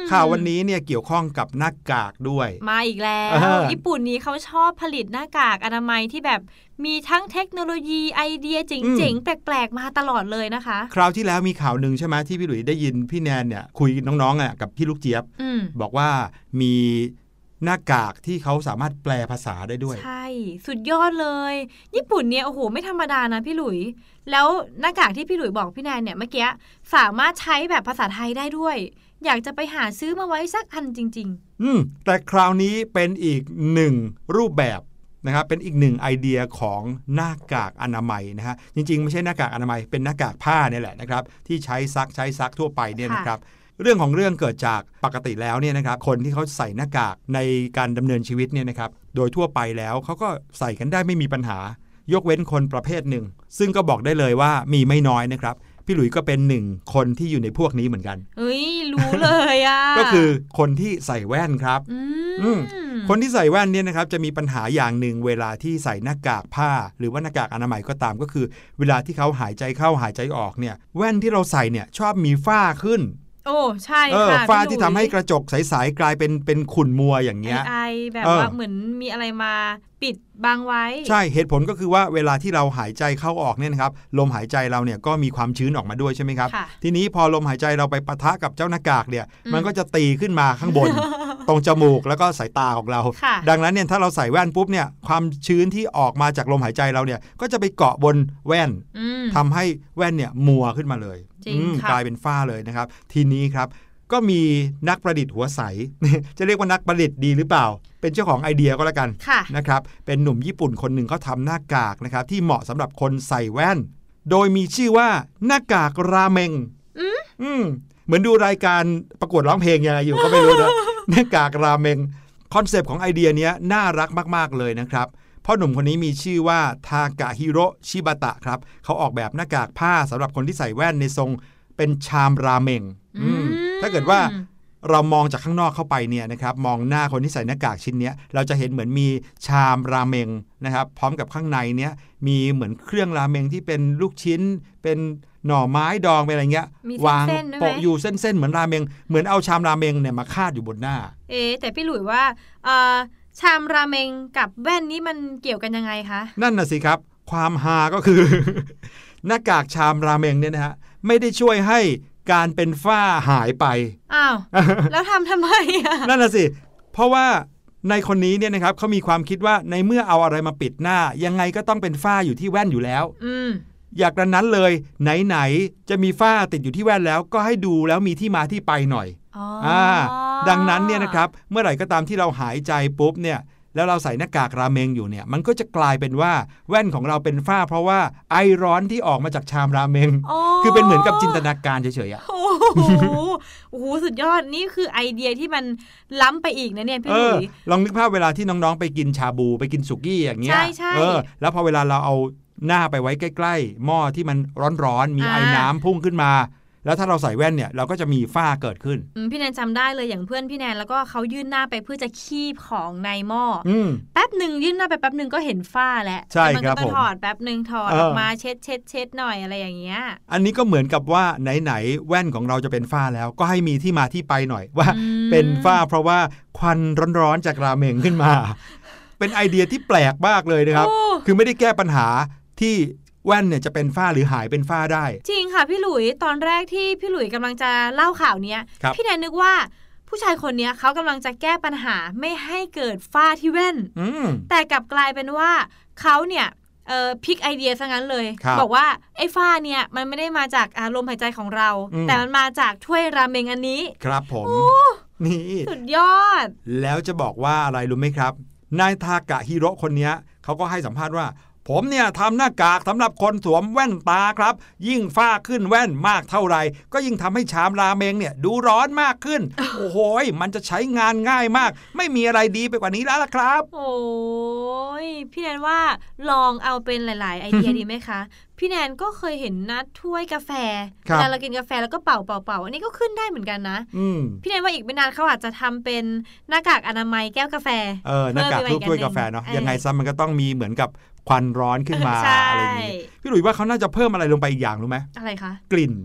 Speaker 1: ข่าววันนี้เนี่ยเกี่ยวข้องกับหน้ากากด้วย
Speaker 2: มาอีกแล้วญี่ปุ่นนี้เขาชอบผลิตหน้ากากอนามัยที่แบบมีทั้งเทคโนโลยีไอเดียเจ๋งๆแปลกๆมาตลอดเลยนะคะ
Speaker 1: คราวที่แล้วมีข่าวหนึ่งใช่ไหมที่พี่หลุยได้ยินพี่แนนเนี่ยคุยน้องๆกับพี่ลูกเจี๊ยบบอกว่ามีหน้ากากที่เขาสามารถแปลภาษาได้ด้วย
Speaker 2: ใช่สุดยอดเลยญี่ปุ่นเนี่ยโอ้โหไม่ธรรมดานะพี่หลุยแล้วหน้ากากที่พี่หลุยบอกพี่แนนเนี่ยเมื่อกี้สามารถใช้แบบภาษาไทยได้ด้วยอยากจะไปหาซื้อมาไว้สักอันจริง
Speaker 1: ๆแต่คราวนี้เป็นอีกหนึ่งรูปแบบนะครับเป็นอีกหนึ่งไอเดียของหน้ากากอนามัยนะฮะจริงๆไม่ใช่หน้ากากอนามัยเป็นหน้ากากผ้าเนี่ยแหละนะครับที่ใช้ซักทั่วไปเนี่ยนะครับเรื่องของเรื่องเกิดจากปกติแล้วเนี่ยนะครับคนที่เขาใส่หน้ากากในการดำเนินชีวิตเนี่ยนะครับโดยทั่วไปแล้วเขาก็ใส่กันได้ไม่มีปัญหายกเว้นคนประเภทหนึ่งซึ่งก็บอกได้เลยว่ามีไม่น้อยนะครับพี่หลุยก็เป็นหนึ่งคนที่อยู่ในพวกนี้เหมือนกัน
Speaker 2: เฮ้ยรู้เลยอ่ะ
Speaker 1: ก็คือคนที่ใส่แว่นครับคนที่ใส่แว่นเนี่ยนะครับจะมีปัญหาอย่างหนึ่งเวลาที่ใส่หน้ากากผ้าหรือว่าหน้ากากอนามัยก็ตามก็คือเวลาที่เขาหายใจเข้าหายใจออกเนี่ยแว่นที่เราใส่เนี่ยชอบมีฝ้าขึ้น
Speaker 2: โอ้ใช่ค่ะ
Speaker 1: ฝ้าที่ทำให้กระจกใสๆกลายเป็นขุ่นมัวอย่างเงี้ย
Speaker 2: ไอแบบว่าเหมือนมีอะไรมาปิดบังไว้
Speaker 1: ใช่เหตุผลก็คือว่าเวลาที่เราหายใจเข้าออกเนี่ยนะครับลมหายใจเราเนี่ยก็มีความชื้นออกมาด้วยใช่ไหมครับทีนี้พอลมหายใจเราไปปะทะกับเจ้าหน้ากากเนี่ยมันก็จะตีขึ้นมาข้างบน ตรงจมูกแล้วก็สายตาของเราดังนั้นเนี่ยถ้าเราใส่แว่นปุ๊บเนี่ยความชื้นที่ออกมาจากลมหายใจเราเนี่ยก็จะไปเกาะบนแว่นทำให้แว่นเนี่ยมัวขึ้นมาเลยกลายเป็นฝ้าเลยนะครับทีนี้ครับก็มีนักประดิษฐ์หัวใส จะเรียกว่านักประดิษฐ์ดีหรือเปล่าเป็นเจ้าของไอเดียก็แล้วกันนะครับเป็นหนุ่มญี่ปุ่นคนหนึ่งเขาทำหน้ากากนะครับที่เหมาะสำหรับคนใส่แว่นโดยมีชื่อว่าหน้ากากราเมงเหมือนดูรายการประกวดร้องเพลงยังไงอยู่ก็ไม่รู้นะ หน้ากากราเมงคอนเซปต์ของไอเดียนี้น่ารักมากๆเลยนะครับพ่อหนุ่มคนนี้มีชื่อว่าทากะฮิโร่ชิบะตะครับเขาออกแบบหน้ากากผ้าสำหรับคนที่ใส่แว่นในทรงเป็นชามราเมงถ้าเกิดว่าเรามองจากข้างนอกเข้าไปเนี่ยนะครับมองหน้าคนที่ใส่หน้ากากชิ้นนี้เราจะเห็นเหมือนมีชามราเมงนะครับพร้อมกับข้างในเนี้ยมีเหมือนเครื่องราเมงที่เป็นลูกชิ้นเป็นหน่อไม้ดองเป็นอะไรเงี้ยวางโปะอยู่เส้นๆเหมือนราเมงเหมือนเอาชามราเมงเนี่ยมาคาดอยู่บนหน้า
Speaker 2: แต่พี่หลุยว่าชามราเมงกับแว่นนี้มันเกี่ยวกันยังไงคะ
Speaker 1: นั่นน่ะสิครับความฮาก็คือ หน้ากากชามราเมงเนี่ยนะฮะไม่ได้ช่วยให้การเป็นฝ้าหายไป
Speaker 2: อ้าวแล้วทำไมอ่ะ
Speaker 1: นั่นน่ะสิเพราะว่าในคนนี้เนี่ยนะครับเขามีความคิดว่าในเมื่อเอาอะไรมาปิดหน้ายังไงก็ต้องเป็นฝ้าอยู่ที่แว่นอยู่แล้วอยากนั้นเลยไหนจะมีฝ้าติดอยู่ที่แว่นแล้วก็ให้ดูแล้วมีที่มาที่ไปหน่อยดังนั้นเนี่ยนะครับเมื่อไหร่ก็ตามที่เราหายใจปุ๊บเนี่ยแล้วเราใส่หน้ากากราเมงอยู่เนี่ยมันก็จะกลายเป็นว่าแว่นของเราเป็นฝ้าเพราะว่าไอร้อนที่ออกมาจากชามราเมงคือเป็นเหมือนกับจินตนาการเฉยๆอ่ะ
Speaker 2: โอ้โหสุดยอดนี่คือไอเดียที่มันล้ำไปอีกนะเนี่ยพี่หลุย
Speaker 1: ลองนึกภาพเวลาที่น้องๆไปกินชาบูไปกินสุกี้อย่างเงี้ย
Speaker 2: ใช่
Speaker 1: แล้วพอเวลาเราเอาหน้าไปไว้ใกล้ๆหม้อที่มันร้อนๆมีไอน้ำพุ่งขึ้นมาแล้วถ้าเราใส่แว่นเนี่ยเราก็จะมีฝ้าเกิดขึ้น
Speaker 2: พี่แนนจำได้เลยอย่างเพื่อนพี่แนนแล้วก็เขายื่นหน้าไปเพื่อจะคีบของในหม้อแป๊บหนึ่งยื่นหน้าไปแป๊บหนึ่งก็เห็นฝ้าแล้ว
Speaker 1: มันก็
Speaker 2: ต้องถอดแป๊บหนึ่งถอดออกมาเช็ดหน่อยอะไรอย่างเงี้ย
Speaker 1: อันนี้ก็เหมือนกับว่าไหนแว่นของเราจะเป็นฝ้าแล้วก็ให้มีที่มาที่ไปหน่อยว่าเป็นฝ้าเพราะว่าควันร้อนๆจากราเมงขึ้นมาเป็นไอเดียที่แปลกมากเลยนะครับคือไม่ได้แก้ปัญหาที่แว่นเนี่ยจะเป็นฝ้าหรือหายเป็นฝ้าได้
Speaker 2: จริงค่ะพี่หลุยตอนแรกที่พี่หลุยกำลังจะเล่าข่าวเนี้ยพี่แนนนึกว่าผู้ชายคนนี้เขากำลังจะแก้ปัญหาไม่ให้เกิดฝ้าที่แว่นแต่กลับกลายเป็นว่าเขาเนี่ยพลิกไอเดียซะงั้นเลยบอกว่าไอ้ฝ้าเนี่ยมันไม่ได้มาจากลมหายใจของเราแต่มันมาจากถ้วยราเมงอันนี้
Speaker 1: ครับผมนี่
Speaker 2: สุดยอด
Speaker 1: แล้วจะบอกว่าอะไรรู้ไหมครับนายทากะฮิโร่คนนี้เขาก็ให้สัมภาษณ์ว่าผมเนี่ยทำหน้ากากสำหรับคนสวมแว่นตาครับยิ่งฝ้าขึ้นแว่นมากเท่าไหร่ก็ยิ่งทำให้ชามราเมงเนี่ยดูร้อนมากขึ้น โอ้โหมันจะใช้งานง่ายมากไม่มีอะไรดีไปกว่านี้แล้วล่ะครับ
Speaker 2: โอ้ยพี่แนนว่าลองเอาเป็นหลายๆไอเดียดีไหมคะพี่แนนก็เคยเห็นนะถ้วยกาแฟเวลาเรากินกาแฟแล้วก็เป่าอันนี้ก็ขึ้นได้เหมือนกันนะพี่แนนว่าอีกไม่นานเขาอาจจะทำเป็นหน้ากากอนามัยแก้วกาแฟ
Speaker 1: หน้ากากรูปถ้วยกาแฟเนาะยังไงซะมันก็ต้องมีเหมือนกับควันร้อนขึ้นมาอะไรอย่างนี้พี่หลุยว่าเขาน่าจะเพิ่มอะไรลงไปอีกอย่างรู้ไหม
Speaker 2: อะไรคะ
Speaker 1: กลิ่น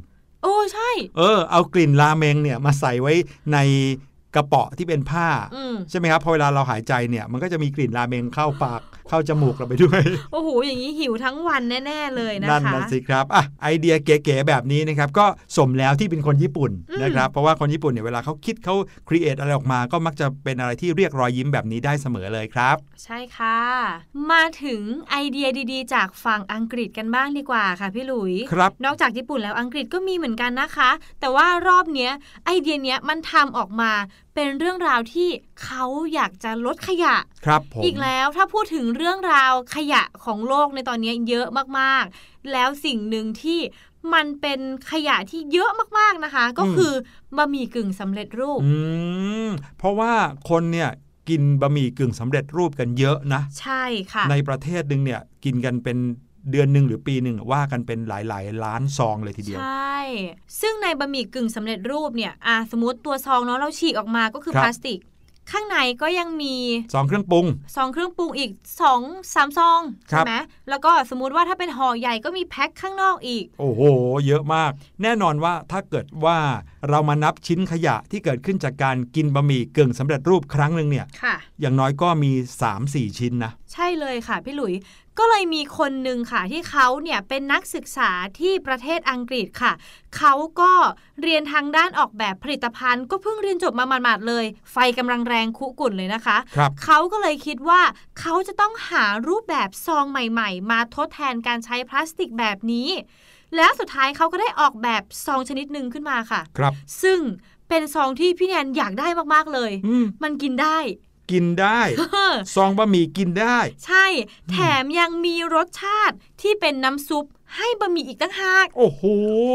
Speaker 2: โอ้ใช่
Speaker 1: เอากลิ่นราเมงเนี่ยมาใส่ไว้ในกระเป๋าที่เป็นผ้าใช่ไหมครับพอเวลาเราหายใจเนี่ยมันก็จะมีกลิ่นราเมงเข้าปากเข้าจมูกเราไปด้วย
Speaker 2: โอ้โหอย่างนี้หิวทั้งวันแน่ๆเลยนะคะ
Speaker 1: นั่นน่ะสิครับไอเดียเก๋ๆแบบนี้นะครับก็สมแล้วที่เป็นคนญี่ปุ่นนะครับเพราะว่าคนญี่ปุ่นเนี่ยเวลาเขาคิดเขาครีเอทอะไรออกมาก็มักจะเป็นอะไรที่เรียกรอยยิ้มแบบนี้ได้เสมอเลยครับ
Speaker 2: ใช่ค่ะมาถึงไอเดียดีๆจากฝั่งอังกฤษกันบ้างดีกว่าค่ะพี่หลุย
Speaker 1: ครับ
Speaker 2: นอกจากญี่ปุ่นแล้วอังกฤษก็มีเหมือนกันนะคะแต่ว่ารอบเนี้ยไอเดียเนี้ยมันทำออกมาเป็นเรื่องราวที่เขาอยากจะลดขยะ
Speaker 1: ครับผม
Speaker 2: อีกแล้วถ้าพูดถึงเรื่องราวขยะของโลกในตอนนี้เยอะมากๆแล้วสิ่งหนึ่งที่มันเป็นขยะที่เยอะมากๆนะคะก็คือบะหมี่กึ่งสำเร็จรูป
Speaker 1: เพราะว่าคนเนี่ยกินบะหมี่กึ่งสำเร็จรูปกันเยอะนะ
Speaker 2: ใช่ค่ะ
Speaker 1: ในประเทศนึงเนี่ยกินกันเป็นเดือนนึงหรือปีนึงว่ากันเป็นหลายๆล้านซองเลยทีเดียว
Speaker 2: ใช่ซึ่งในบะหมี่กึ่งสำเร็จรูปเนี่ยสมมติตัวซองเนาะเราฉีกออกมาก็คือพลาสติกข้างในก็ยังมี
Speaker 1: ซองเครื่องปรุง
Speaker 2: อีก 2-3 ซองใช่ไหมแล้วก็สมมุติว่าถ้าเป็นห่อใหญ่ก็มีแพ็คข้างนอกอีก
Speaker 1: โอ้โหเยอะมากแน่นอนว่าถ้าเกิดว่าเรามานับชิ้นขยะที่เกิดขึ้นจากการกินบะหมี่กึ่งสำเร็จรูปครั้งนึงเนี่ยอย่างน้อยก็มี 3-4 ชิ้นนะ
Speaker 2: ใช่เลยค่ะพี่หลุยก็เลยมีคนหนึ่งค่ะที่เขาเนี่ยเป็นนักศึกษาที่ประเทศอังกฤษค่ะเขาก็เรียนทางด้านออกแบบผลิตภัณฑ์ก็เพิ่งเรียนจบมาหมาดๆเลยไฟกำลังแรงคุกุ่นเลยนะคะเขาก็เลยคิดว่าเขาจะต้องหารูปแบบซองใหม่ๆมาทดแทนการใช้พลาสติกแบบนี้แล้วสุดท้ายเขาก็ได้ออกแบบซองชนิดหนึ่งขึ้นมาค่ะซึ่งเป็นซองที่พี่แนนอยากได้มากๆเลยมันกินได้
Speaker 1: ซองบะหมี่กินได้
Speaker 2: ใช่แถมยังมีรสชาติที่เป็นน้ำซุปให้บะหมี่อีกต่างหาก
Speaker 1: โอ้โห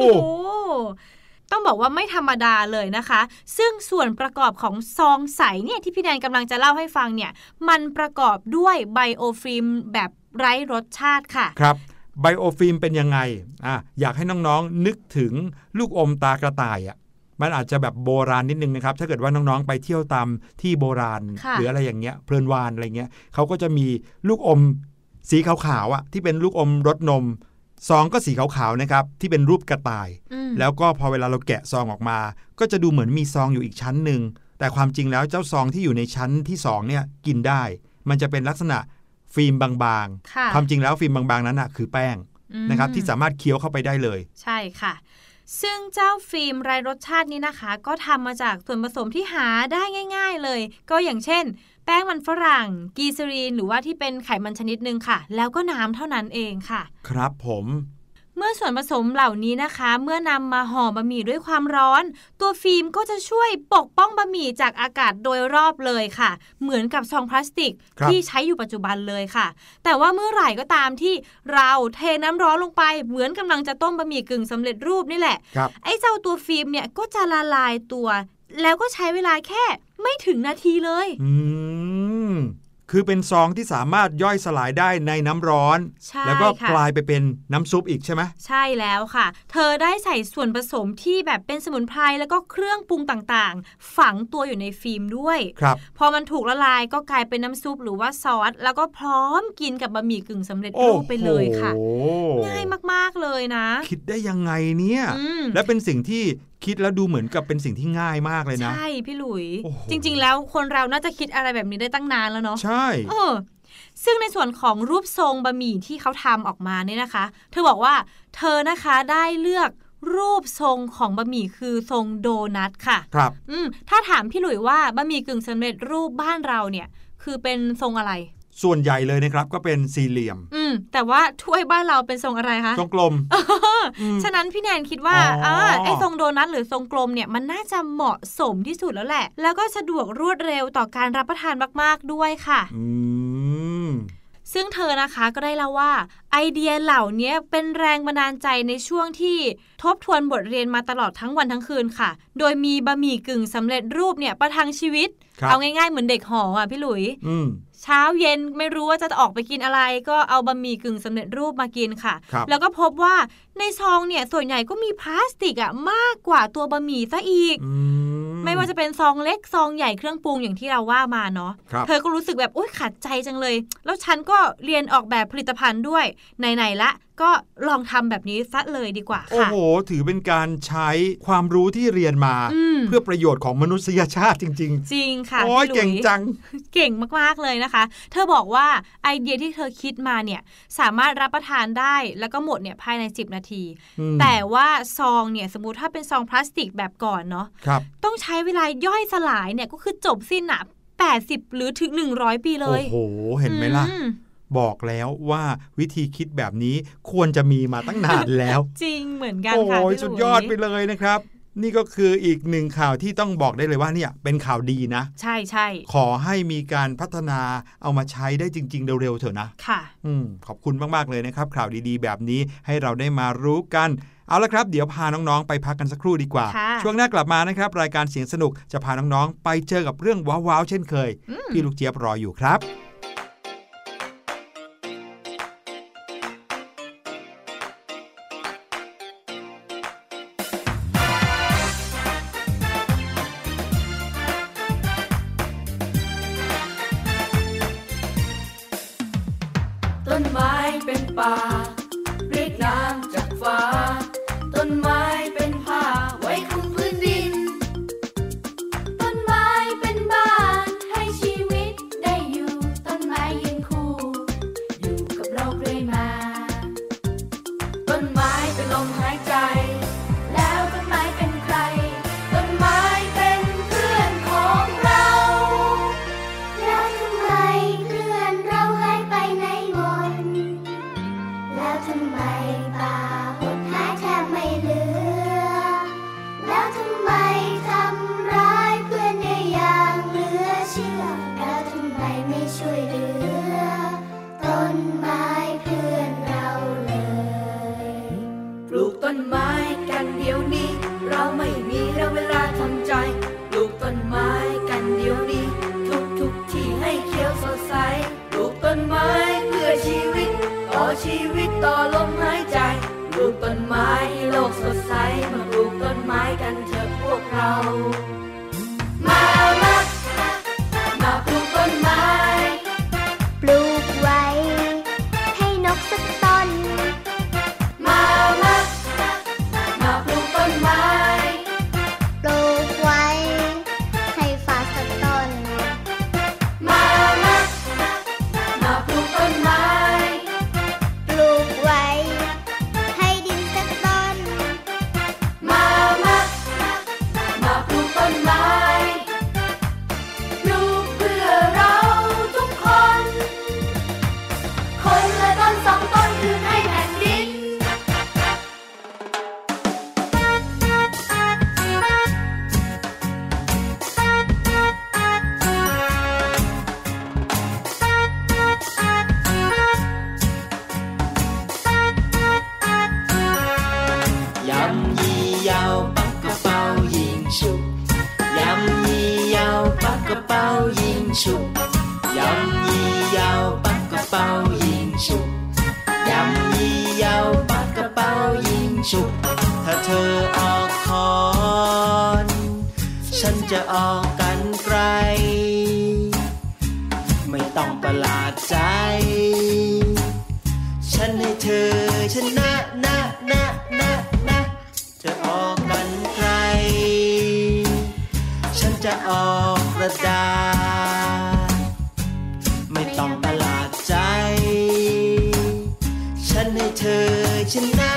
Speaker 2: ต้องบอกว่าไม่ธรรมดาเลยนะคะซึ่งส่วนประกอบของซองใสเนี่ยที่พี่แนนกำลังจะเล่าให้ฟังเนี่ยมันประกอบด้วยไบโอฟิล์มแบบไร้รสชาติค่ะ
Speaker 1: ครับไบโอฟิล์มเป็นยังไงอยากให้น้องๆนึกถึงลูกอมตากระต่ายมันอาจจะแบบโบราณนิดนึงนะครับถ้าเกิดว่าน้องๆไปเที่ยวตามที่โบราณหรืออะไรอย่างเงี้ยเพลินวานอะไรเงี้ยเขาก็จะมีลูกอมสีขาวๆที่เป็นลูกอมรสนมซองก็สีขาวๆนะครับที่เป็นรูปกระต่ายแล้วก็พอเวลาเราแกะซองออกมาก็จะดูเหมือนมีซองอยู่อีกชั้นนึงแต่ความจริงแล้วเจ้าซองที่อยู่ในชั้นที่2เนี่ยกินได้มันจะเป็นลักษณะฟิล์มบางๆความจริงแล้วฟิล์มบางๆนั้นคือแป้งนะครับที่สามารถเคี้ยวเข้าไปได้เลย
Speaker 2: ใช่ค่ะซึ่งเจ้าฟิล์มไร้รสชาตินี้นะคะก็ทำมาจากส่วนผสมที่หาได้ง่ายๆเลยก็อย่างเช่นแป้งมันฝรั่งกีซารีนหรือว่าที่เป็นไขมันชนิดนึงค่ะแล้วก็น้ำเท่านั้นเองค่ะ
Speaker 1: ครับผม
Speaker 2: เมื่อส่วนผสมเหล่านี้นะคะเมื่อนำมาห่อบะหมี่ด้วยความร้อนตัวฟิล์มก็จะช่วยปกป้องบะหมี่จากอากาศโดยรอบเลยค่ะเหมือนกับซองพลาสติกที่ใช้อยู่ปัจจุบันเลยค่ะแต่ว่าเมื่อไหร่ก็ตามที่เราเทน้ำร้อนลงไปเหมือนกำลังจะต้มบะหมี่กึ่งสำเร็จรูปนี่แหละไอ้เจ้าตัวฟิล์มเนี่ยก็จะละลายตัวแล้วก็ใช้เวลาแค่ไม่ถึงนาทีเลย
Speaker 1: คือเป็นซองที่สามารถย่อยสลายได้ในน้ำร้อนแล้วก็กลายไปเป็นน้ำซุปอีกใช่ไหม
Speaker 2: ใช่แล้วค่ะเธอได้ใส่ส่วนผสมที่แบบเป็นสมุนไพรแล้วก็เครื่องปรุงต่างๆฝังตัวอยู่ในฟิล์มด้วยพอมันถูกละลายก็กลายเป็นน้ำซุปหรือว่าซอสแล้วก็พร้อมกินกับบะหมี่กึ่งสำเร็จรูปไปเลยค่ะง่ายมากๆเลยนะ
Speaker 1: คิดได้ยังไงเนี่ยและเป็นสิ่งที่คิดแล้วดูเหมือนกับเป็นสิ่งที่ง่ายมากเลยนะ
Speaker 2: ใช่พี่หลุยจริงๆแล้วคนเราน่าจะคิดอะไรแบบนี้ได้ตั้งนานแล้วเนาะ
Speaker 1: ใช่
Speaker 2: ซึ่งในส่วนของรูปทรงบะหมี่ที่เขาทำออกมาเนี่ยนะคะเธอบอกว่าเธอนะคะได้เลือกรูปทรงของบะหมี่คือทรงโดนัทค่ะ
Speaker 1: ครับ
Speaker 2: ถ้าถามพี่หลุยว่าบะหมี่กึ่งสำเร็จรูปบ้านเราเนี่ยคือเป็นทรงอะไร
Speaker 1: ส่วนใหญ่เลยนะครับก็เป็นสี่เหลี่ยม
Speaker 2: แต่ว่าถ้วยบ้านเราเป็นทรงอะไรคะ
Speaker 1: ทรงกลม
Speaker 2: ฉะนั้นพี่แนนคิดว่าไอ้ทรงโดนัทหรือทรงกลมเนี่ยมันน่าจะเหมาะสมที่สุดแล้วแหละแล้วก็สะดวกรวดเร็วต่อการรับประทานมากๆด้วยค่ะซึ่งเธอนะคะก็ได้เล่าว่าไอเดียเหล่านี้เป็นแรงบันดาลใจในช่วงที่ทบทวนบทเรียนมาตลอดทั้งวันทั้งคืนค่ะโดยมีบะหมี่กึ่งสำเร็จรูปเนี่ยประทังชีวิตเอาง่ายๆเหมือนเด็กหอพี่หลุยเช้าเย็นไม่รู้ว่าจะออกไปกินอะไรก็เอาบะหมี่กึ่งสำเร็จรูปมากินค่ะแล้วก็พบว่าในซองเนี่ยส่วนใหญ่ก็มีพลาสติกมากกว่าตัวบะหมี่ซะอีกไม่ว่าจะเป็นซองเล็กซองใหญ่เครื่องปรุงอย่างที่เราว่ามาเนาะเธอก็รู้สึกแบบโอ๊ยขัดใจจังเลยแล้วฉันก็เรียนออกแบบผลิตภัณฑ์ด้วยไหนๆละก็ลองทำแบบนี้ซะเลยดีกว่าค่ะ
Speaker 1: โอ้โหถือเป็นการใช้ความรู้ที่เรียนมาเพื่อประโยชน์ของมนุษยชาติจริงๆ
Speaker 2: จริงค่ะ
Speaker 1: โอ้ยเก่งจัง
Speaker 2: เก่งมากๆเลยนะคะเธอบอกว่าไอเดียที่เธอคิดมาเนี่ยสามารถรับประทานได้แล้วก็หมดเนี่ยภายใน10นาทีแต่ว่าซองเนี่ยสมมุติถ้าเป็นซองพลาสติกแบบก่อนเนาะต้องใช้เวลาย่อยสลายเนี่ยก็คือจบสิ้นอ่ะ80หรือถึง100ปีเลย
Speaker 1: โอ้โหเห็นไหมล่ะบอกแล้วว่าวิธีคิดแบบนี้ควรจะมีมาตั้งนานแล้ว
Speaker 2: จริงเหมือนกันค่ะ
Speaker 1: โอ้ยสุดยอดไปเลยนะครับนี่ก็คืออีกหนึ่งข่าวที่ต้องบอกได้เลยว่าเนี่ยเป็นข่าวดีนะ
Speaker 2: ใช่ใช่
Speaker 1: ขอให้มีการพัฒนาเอามาใช้ได้จริงๆเร็วๆเถอะนะ
Speaker 2: ค่ะ
Speaker 1: ขอบคุณมากๆเลยนะครับข่าวดีๆแบบนี้ให้เราได้มารู้กันเอาละครับเดี๋ยวพาน้องๆไปพักกันสักครู่ดีกว่าช่วงหน้ากลับมานะครับรายการเสียงสนุกจะพาน้องๆไปเจอกับเรื่องว้าวๆเช่นเคยพี่ลูกเจี๊ยบรออยู่ครับ
Speaker 5: ต้นไม้เป็นป่าเรียกน้ำจากฟ้าต้นไม้เป็นผ้าไว้คลุมพื้นดินต้นไม้เป็นบ้านให้ชีวิตได้อยู่ต้นไม้ยืนคู่อยู่กับเราเรื่อยมาต้นไม้เป็นลมหายใจแล้วต้นไม้เป็นใครต้นไม้เป็นเพื่อนของเรา
Speaker 6: แล้วทำไมเพื่อนเราหายไปไหนหมดแล้วทำไมป่าหดหายแทบไม่เหลือแล้วทำไมทำร้ายเพื่อนได้อย่างเหลือเชื่อแล้วทำไมไม่ช่วยเหลือต้นไม้เพื่อนเราเลย
Speaker 5: ปลูกต้นไม้กันเดี๋ยวนี้เราไม่มีเวลาทำใจปลูกต้นไม้กันเดี๋ยวนี้ทุกที่ให้เขียวสดใสปลูกต้นไม้เพื่อชีวิตต่อชีวิตต่อลมหายใจปลูกต้นไม้ให้โลกสดใสมาปลูกต้นไม้กันเถอะพวกเรามาปลูกต้นไม้
Speaker 6: ปลูกไว้ให้นกสักต้น
Speaker 5: มาปลูกต้นไม้
Speaker 6: ปลูกไว้ให้ฟ้าสักต้น
Speaker 5: มาปลูกต้นไม้
Speaker 6: ปลูกไว้ให้ดินสักต้น
Speaker 5: มาปลูกต้นไม้ปลูกเพื่อเราทุกคนคนละต้นสองต้นคืนให้แผ่นดิน
Speaker 7: 任意又不個包現熟，任意又不個包現熟，任意又不個包現熟，任意又不個包現熟。ถ้าเธอออกคอนฉันจะออกกันไกลไม่ต้องประหลาดใจฉันให้เธอชนะจะออกกันไกลฉันจะออกกระดาษไม่ต้องประหลาดใจฉันให้เธอชนะ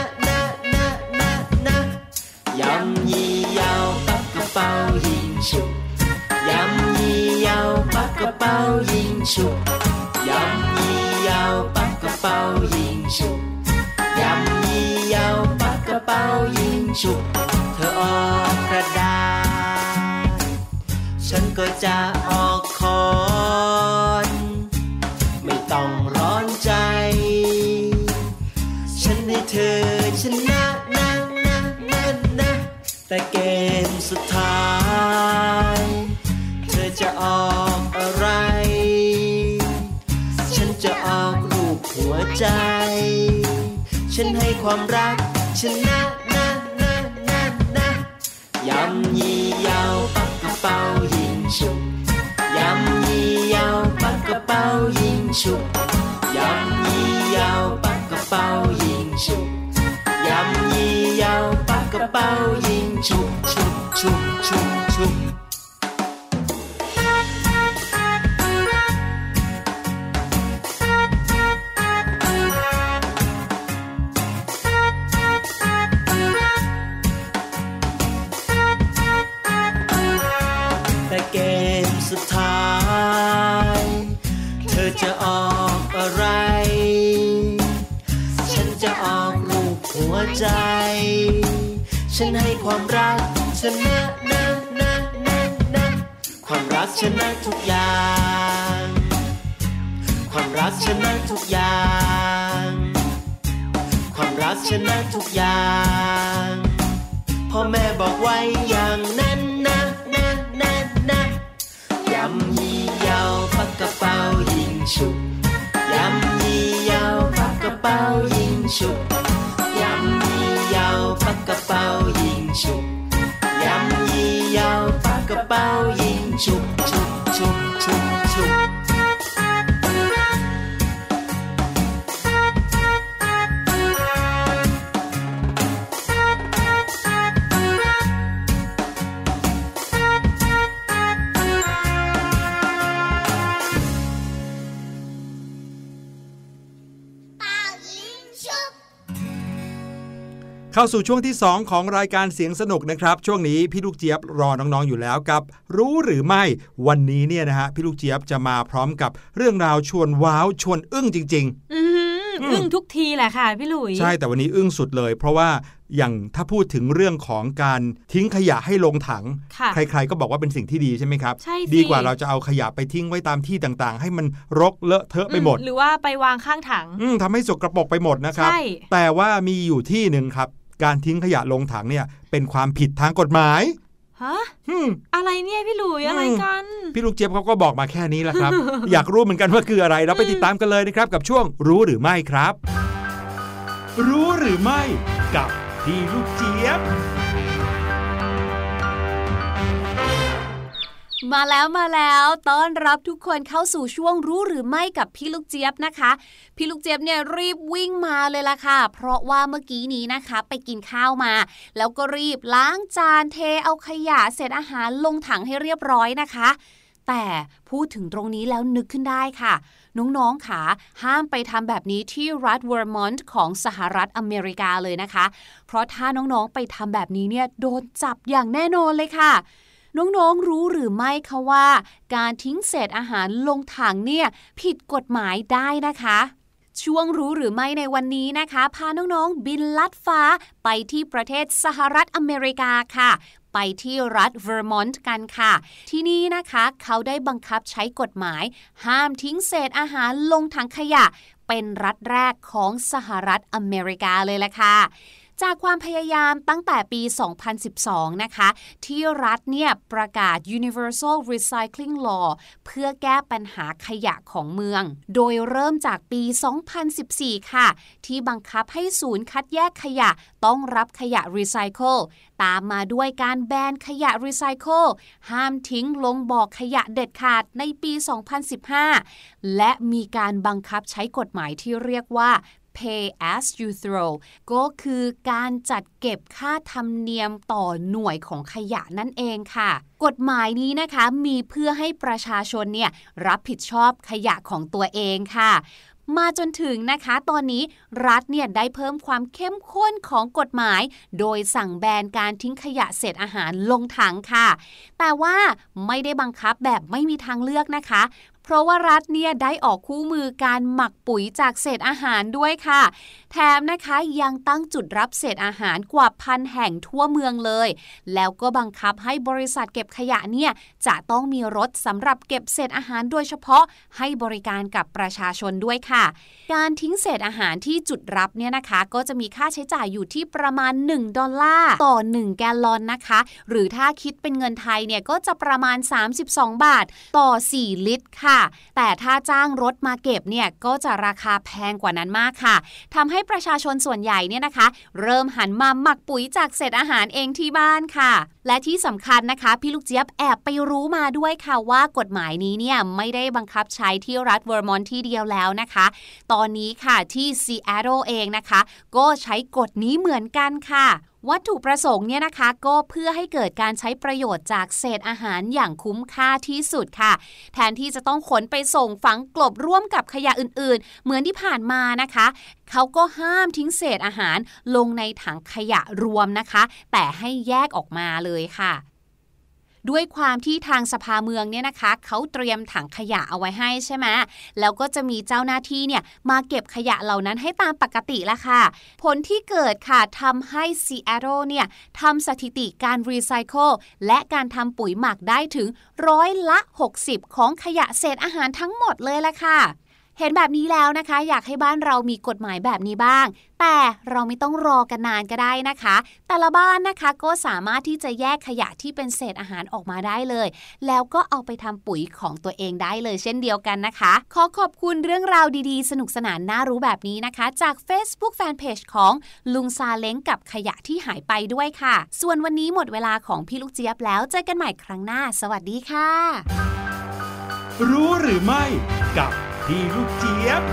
Speaker 7: 任意又不個包現熟任意又不個包現熟任意又不個包現熟任意又不個包現熟เธอออกกระดาษฉันก็จะออกคอนไม่ต้องร้อนใจฉันให้เธอชนะแต่เกมสุดท้ายเธอจะออกอะไรฉันจะออกรูปหัวใจฉันให้ความรักชนะ任意又不個包現熟任意又不個包現熟任意又不個包現ฉุบยำยี่เหยาปากกระเป๋ายิงฉุบฉุบฉุบฉุบฉุบแต่เกมสุดท้ายเธอจะออกอะไรฉันจะออกรูปหัวใจฉันให้ความรักชนะความรักชนะทุกอย่างความรักชนะทุกอย่างความรักชนะทุกอย่างพ่อแม่บอกไว้อย่างนั้นนะยำยี่เหยาปากกระเป๋ายิงฉุบยำยี่เหยาปากกระเป๋ายิงฉุบยำยี่เหยาปากกระเป๋ายิงฉุบยำยี่เหยาปากกระเป๋ายิงฉุบฉุบฉุบฉุบฉุบ
Speaker 1: เข้าสู่ช่วงที่2ของรายการเสียงสนุกนะครับช่วงนี้พี่ลูกเจี๊ยบรอน้องๆอยู่แล้วกับรู้หรือไม่วันนี้เนี่ยนะฮะพี่ลูกเจี๊ยบจะมาพร้อมกับเรื่องราวชวนว้าวชวนอึ้งจริง
Speaker 2: ๆอึ้งทุกทีแหละค่ะพี่หลุย
Speaker 1: ใช่แต่วันนี้อึ้งสุดเลยเพราะว่าอย่างถ้าพูดถึงเรื่องของการทิ้งขยะให้ลงถังใครๆก็บอกว่าเป็นสิ่งที่ดีใช่ไหมครับดีกว่าเราจะเอาขยะไปทิ้งไว้ตามที่ต่างๆให้มันรกเลอะเทอะไปหมด
Speaker 2: หรือว่าไปวางข้างถัง
Speaker 1: ทำให้สกปรกไปหมดนะครับแต่ว่ามีอยู่ที่นึงครับการทิ้งขยะลงถังเนี่ยเป็นความผิดทางกฎหมาย
Speaker 2: ฮะอะไรเนี่ยพี่หลุยอะไรกัน
Speaker 1: พี่ลูกเจี๊ยบเขาก็บอกมาแค่นี้แหละครับ อยากรู้เหมือนกันว่าคืออะไรเราไปติดตามกันเลยนะครับกับช่วงรู้หรือไม่ครับรู้หรือไม่กับพี่ลูกเจี๊ยบ
Speaker 8: มาแล้วต้อนรับทุกคนเข้าสู่ช่วงรู้หรือไม่กับพี่ลูกเจี๊ยบนะคะพี่ลูกเจี๊ยบเนี่ยรีบวิ่งมาเลยล่ะค่ะเพราะว่าเมื่อกี้นี้นะคะไปกินข้าวมาแล้วก็รีบล้างจานเทเอาขยะเศษอาหารลงถังให้เรียบร้อยนะคะแต่พูดถึงตรงนี้แล้วนึกขึ้นได้ค่ะน้องๆค่ะห้ามไปทำแบบนี้ที่รัฐเวอร์มอนต์ของสหรัฐอเมริกาเลยนะคะเพราะถ้าน้องๆไปทำแบบนี้เนี่ยโดนจับอย่างแน่นอนเลยค่ะน้องๆรู้หรือไม่คะว่าการทิ้งเศษอาหารลงถังเนี่ยผิดกฎหมายได้นะคะช่วงรู้หรือไม่ในวันนี้นะคะพาน้องๆบินลัดฟ้าไปที่ประเทศสหรัฐอเมริกาค่ะไปที่รัฐเวอร์มอนต์กันค่ะที่นี่นะคะเขาได้บังคับใช้กฎหมายห้ามทิ้งเศษอาหารลงถังขยะเป็นรัฐแรกของสหรัฐอเมริกาเลยล่ะค่ะจากความพยายามตั้งแต่ปี 2012 นะคะที่รัฐเนี่ยประกาศ Universal Recycling Law เพื่อแก้ปัญหาขยะของเมืองโดยเริ่มจากปี 2014 ค่ะที่บังคับให้ศูนย์คัดแยกขยะต้องรับขยะรีไซเคิลตามมาด้วยการแบนขยะรีไซเคิลห้ามทิ้งลงบ่อขยะเด็ดขาดในปี 2015 และมีการบังคับใช้กฎหมายที่เรียกว่าPay as you throw ก็คือการจัดเก็บค่าธรรมเนียมต่อหน่วยของขยะนั่นเองค่ะกฎหมายนี้นะคะมีเพื่อให้ประชาชนเนี่ยรับผิดชอบขยะของตัวเองค่ะมาจนถึงนะคะตอนนี้รัฐเนี่ยได้เพิ่มความเข้มข้นของกฎหมายโดยสั่งแบนการทิ้งขยะเศษอาหารลงถังค่ะแต่ว่าไม่ได้บังคับแบบไม่มีทางเลือกนะคะเพราะว่ารัฐเนี่ยได้ออกคู่มือการหมักปุ๋ยจากเศษอาหารด้วยค่ะแถมนะคะยังตั้งจุดรับเศษอาหารกว่า1,000 แห่งทั่วเมืองเลยแล้วก็บังคับให้บริษัทเก็บขยะเนี่ยจะต้องมีรถสำหรับเก็บเศษอาหารโดยเฉพาะให้บริการกับประชาชนด้วยค่ะการทิ้งเศษอาหารที่จุดรับเนี่ยนะคะก็จะมีค่าใช้จ่ายอยู่ที่ประมาณ$1ต่อ1แกลลอนนะคะหรือถ้าคิดเป็นเงินไทยเนี่ยก็จะประมาณ32 บาทต่อ4ลิตรค่ะแต่ถ้าจ้างรถมาเก็บเนี่ยก็จะราคาแพงกว่านั้นมากค่ะทำให้ประชาชนส่วนใหญ่เนี่ยนะคะเริ่มหันมาหมักปุ๋ยจากเศษอาหารเองที่บ้านค่ะและที่สำคัญนะคะพี่ลูกเจี๊ยบแอบไปรู้มาด้วยค่ะว่ากฎหมายนี้เนี่ยไม่ได้บังคับใช้ที่รัฐเวอร์มอนต์ที่เดียวแล้วนะคะตอนนี้ค่ะที่ซีแอตเทิลเองนะคะก็ใช้กฎนี้เหมือนกันค่ะวัตถุประสงค์เนี่ยนะคะก็เพื่อให้เกิดการใช้ประโยชน์จากเศษอาหารอย่างคุ้มค่าที่สุดค่ะแทนที่จะต้องขนไปส่งฝังกลบร่วมกับขยะอื่นๆเหมือนที่ผ่านมานะคะเขาก็ห้ามทิ้งเศษอาหารลงในถังขยะรวมนะคะแต่ให้แยกออกมาเลยค่ะด้วยความที่ทางสภาเมืองเนี่ยนะคะเขาเตรียมถังขยะเอาไว้ให้ใช่ไหมแล้วก็จะมีเจ้าหน้าที่เนี่ยมาเก็บขยะเหล่านั้นให้ตามปกติละค่ะผลที่เกิดค่ะทำให้ซีแอตเทิลเนี่ยทำสถิติการรีไซเคิลและการทำปุ๋ยหมักได้ถึง60%ของขยะเศษอาหารทั้งหมดเลยละค่ะเห็นแบบนี้แล้วนะคะอยากให้บ้านเรามีกฎหมายแบบนี้บ้างแต่เราไม่ต้องรอกันนานก็ได้นะคะแต่ละบ้านนะคะก็สามารถที่จะแยกขยะที่เป็นเศษอาหารออกมาได้เลยแล้วก็เอาไปทำปุ๋ยของตัวเองได้เลยเช่นเดียวกันนะคะขอขอบคุณเรื่องราวดีๆสนุกสนานน่ารู้แบบนี้นะคะจาก Facebook Fanpage ของลุงซาเล้งกับขยะที่หายไปด้วยค่ะส่วนวันนี้หมดเวลาของพี่ลูกเจี๊ยบแล้วเจอกันใหม่ครั้งหน้าสวัสดีค่ะ
Speaker 1: รู้หรือไม่กับพี่ลูกเจี๊ยบ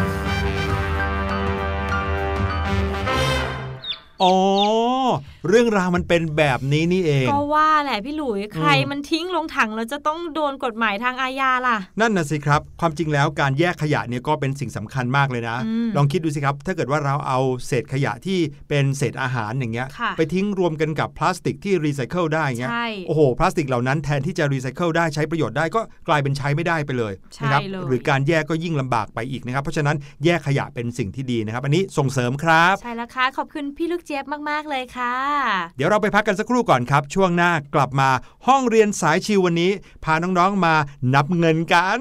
Speaker 1: อ๋อเรื่องราวมันเป็นแบบนี้นี่เอง
Speaker 2: ก็ว่าแหละพี่หลุยใครมันทิ้งลงถังแล้วจะต้องโดนกฎหมายทางอาญาล่ะ
Speaker 1: นั่นน่ะสิครับความจริงแล้วการแยกขยะเนี่ยก็เป็นสิ่งสำคัญมากเลยนะลองคิดดูสิครับถ้าเกิดว่าเราเอาเศษขยะที่เป็นเศษอาหารอย่างเงี้ยไปทิ้งรวมกันกับพลาสติกที่รีไซเคิลได้เงี้ยโอ้โหพลาสติกเหล่านั้นแทนที่จะรีไซเคิลได้ใช้ประโยชน์ได้ก็กลายเป็นใช้ไม่ได้ไปเลยนะครับหรือการแยกก็ยิ่งลำบากไปอีกนะครับเพราะฉะนั้นแยกขยะเป็นสิ่งที่ดีนะครับอันนี้ส่งเสริมครับ
Speaker 2: ใช่แล้วค่ะขอบคุณพี่ลูกเจี๊ยบมากๆเลยค่ะ
Speaker 1: เดี๋ยวเราไปพักกันสักครู่ก่อนครับช่วงหน้ากลับมาห้องเรียนสายชิววันนี้พาน้องๆมานับเงินกัน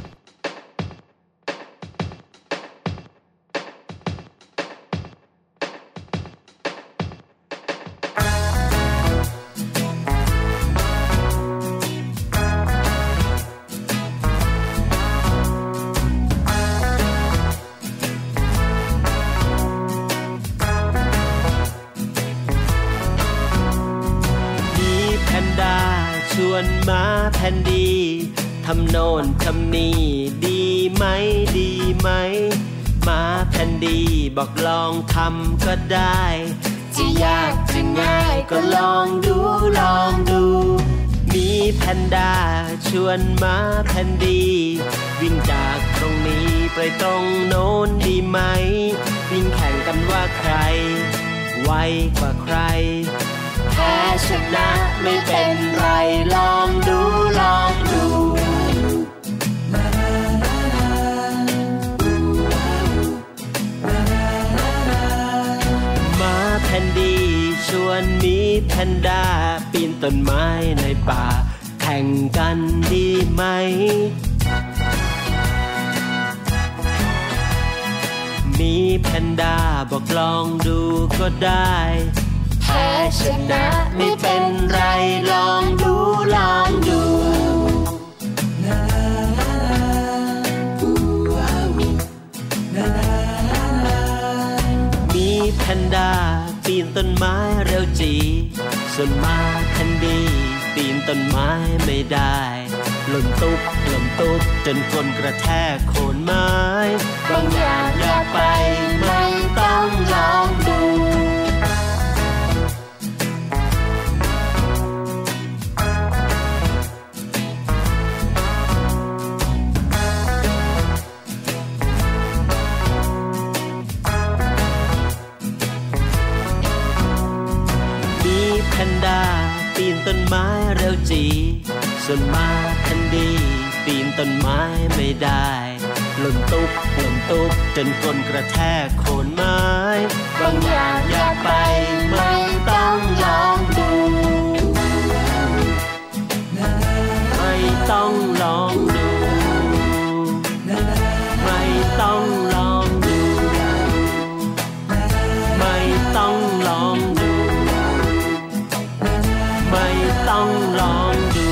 Speaker 7: ชวนมาแผ่นดีทำโน่นทำนี่ดีไหมดีไหมมาแผ่นดีบอกลองทำก็ได้จะยากจะง่ายก็ลองดูลองดูมีแพนด้าชวนมาแผ่นดีวิ่งจากตรงนี้ไปตรงโน้นดีไหมวิ่งแข่งกันว่าใครไวกว่าใครแพ้ชนะไม่เป็นไรลองดูลองดูมาแผ่นดีชวนมีแพนด้าปีนต้นไม้ในป่าแข่งกันดีไหมมีแพนด้าบอกลองดูก็ได้แพ้ชนะไม่เป็นไรลองดูลองดูมีแพนด้าปีนต้นไม้เร็วจีส่วนมาแผ่นดีปีนต้นไม้ไม่ได้หล่นตุ๊บจนคนกระแทกโคนไม้บางอย่างอย่าไปไม่ต้องลองดูแพนด้าปีนต้นไม้เร็วจีส่วนมาแผ่นดีปีนต้นไม้ไม่ได้หล่นตุ๊บจนคนกระแทกโคนไม้บางอย่างอย่าไปไม่ต้องลองดูไม่ต้องลองดูไม่ต้องลองดูไม่ต้องลองดูไม่ต้องลองดู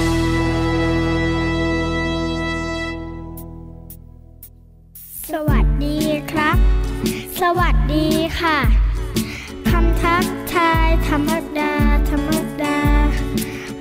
Speaker 6: สวัสดีครับสวัสดีค่ะคำทักทายธรรมดา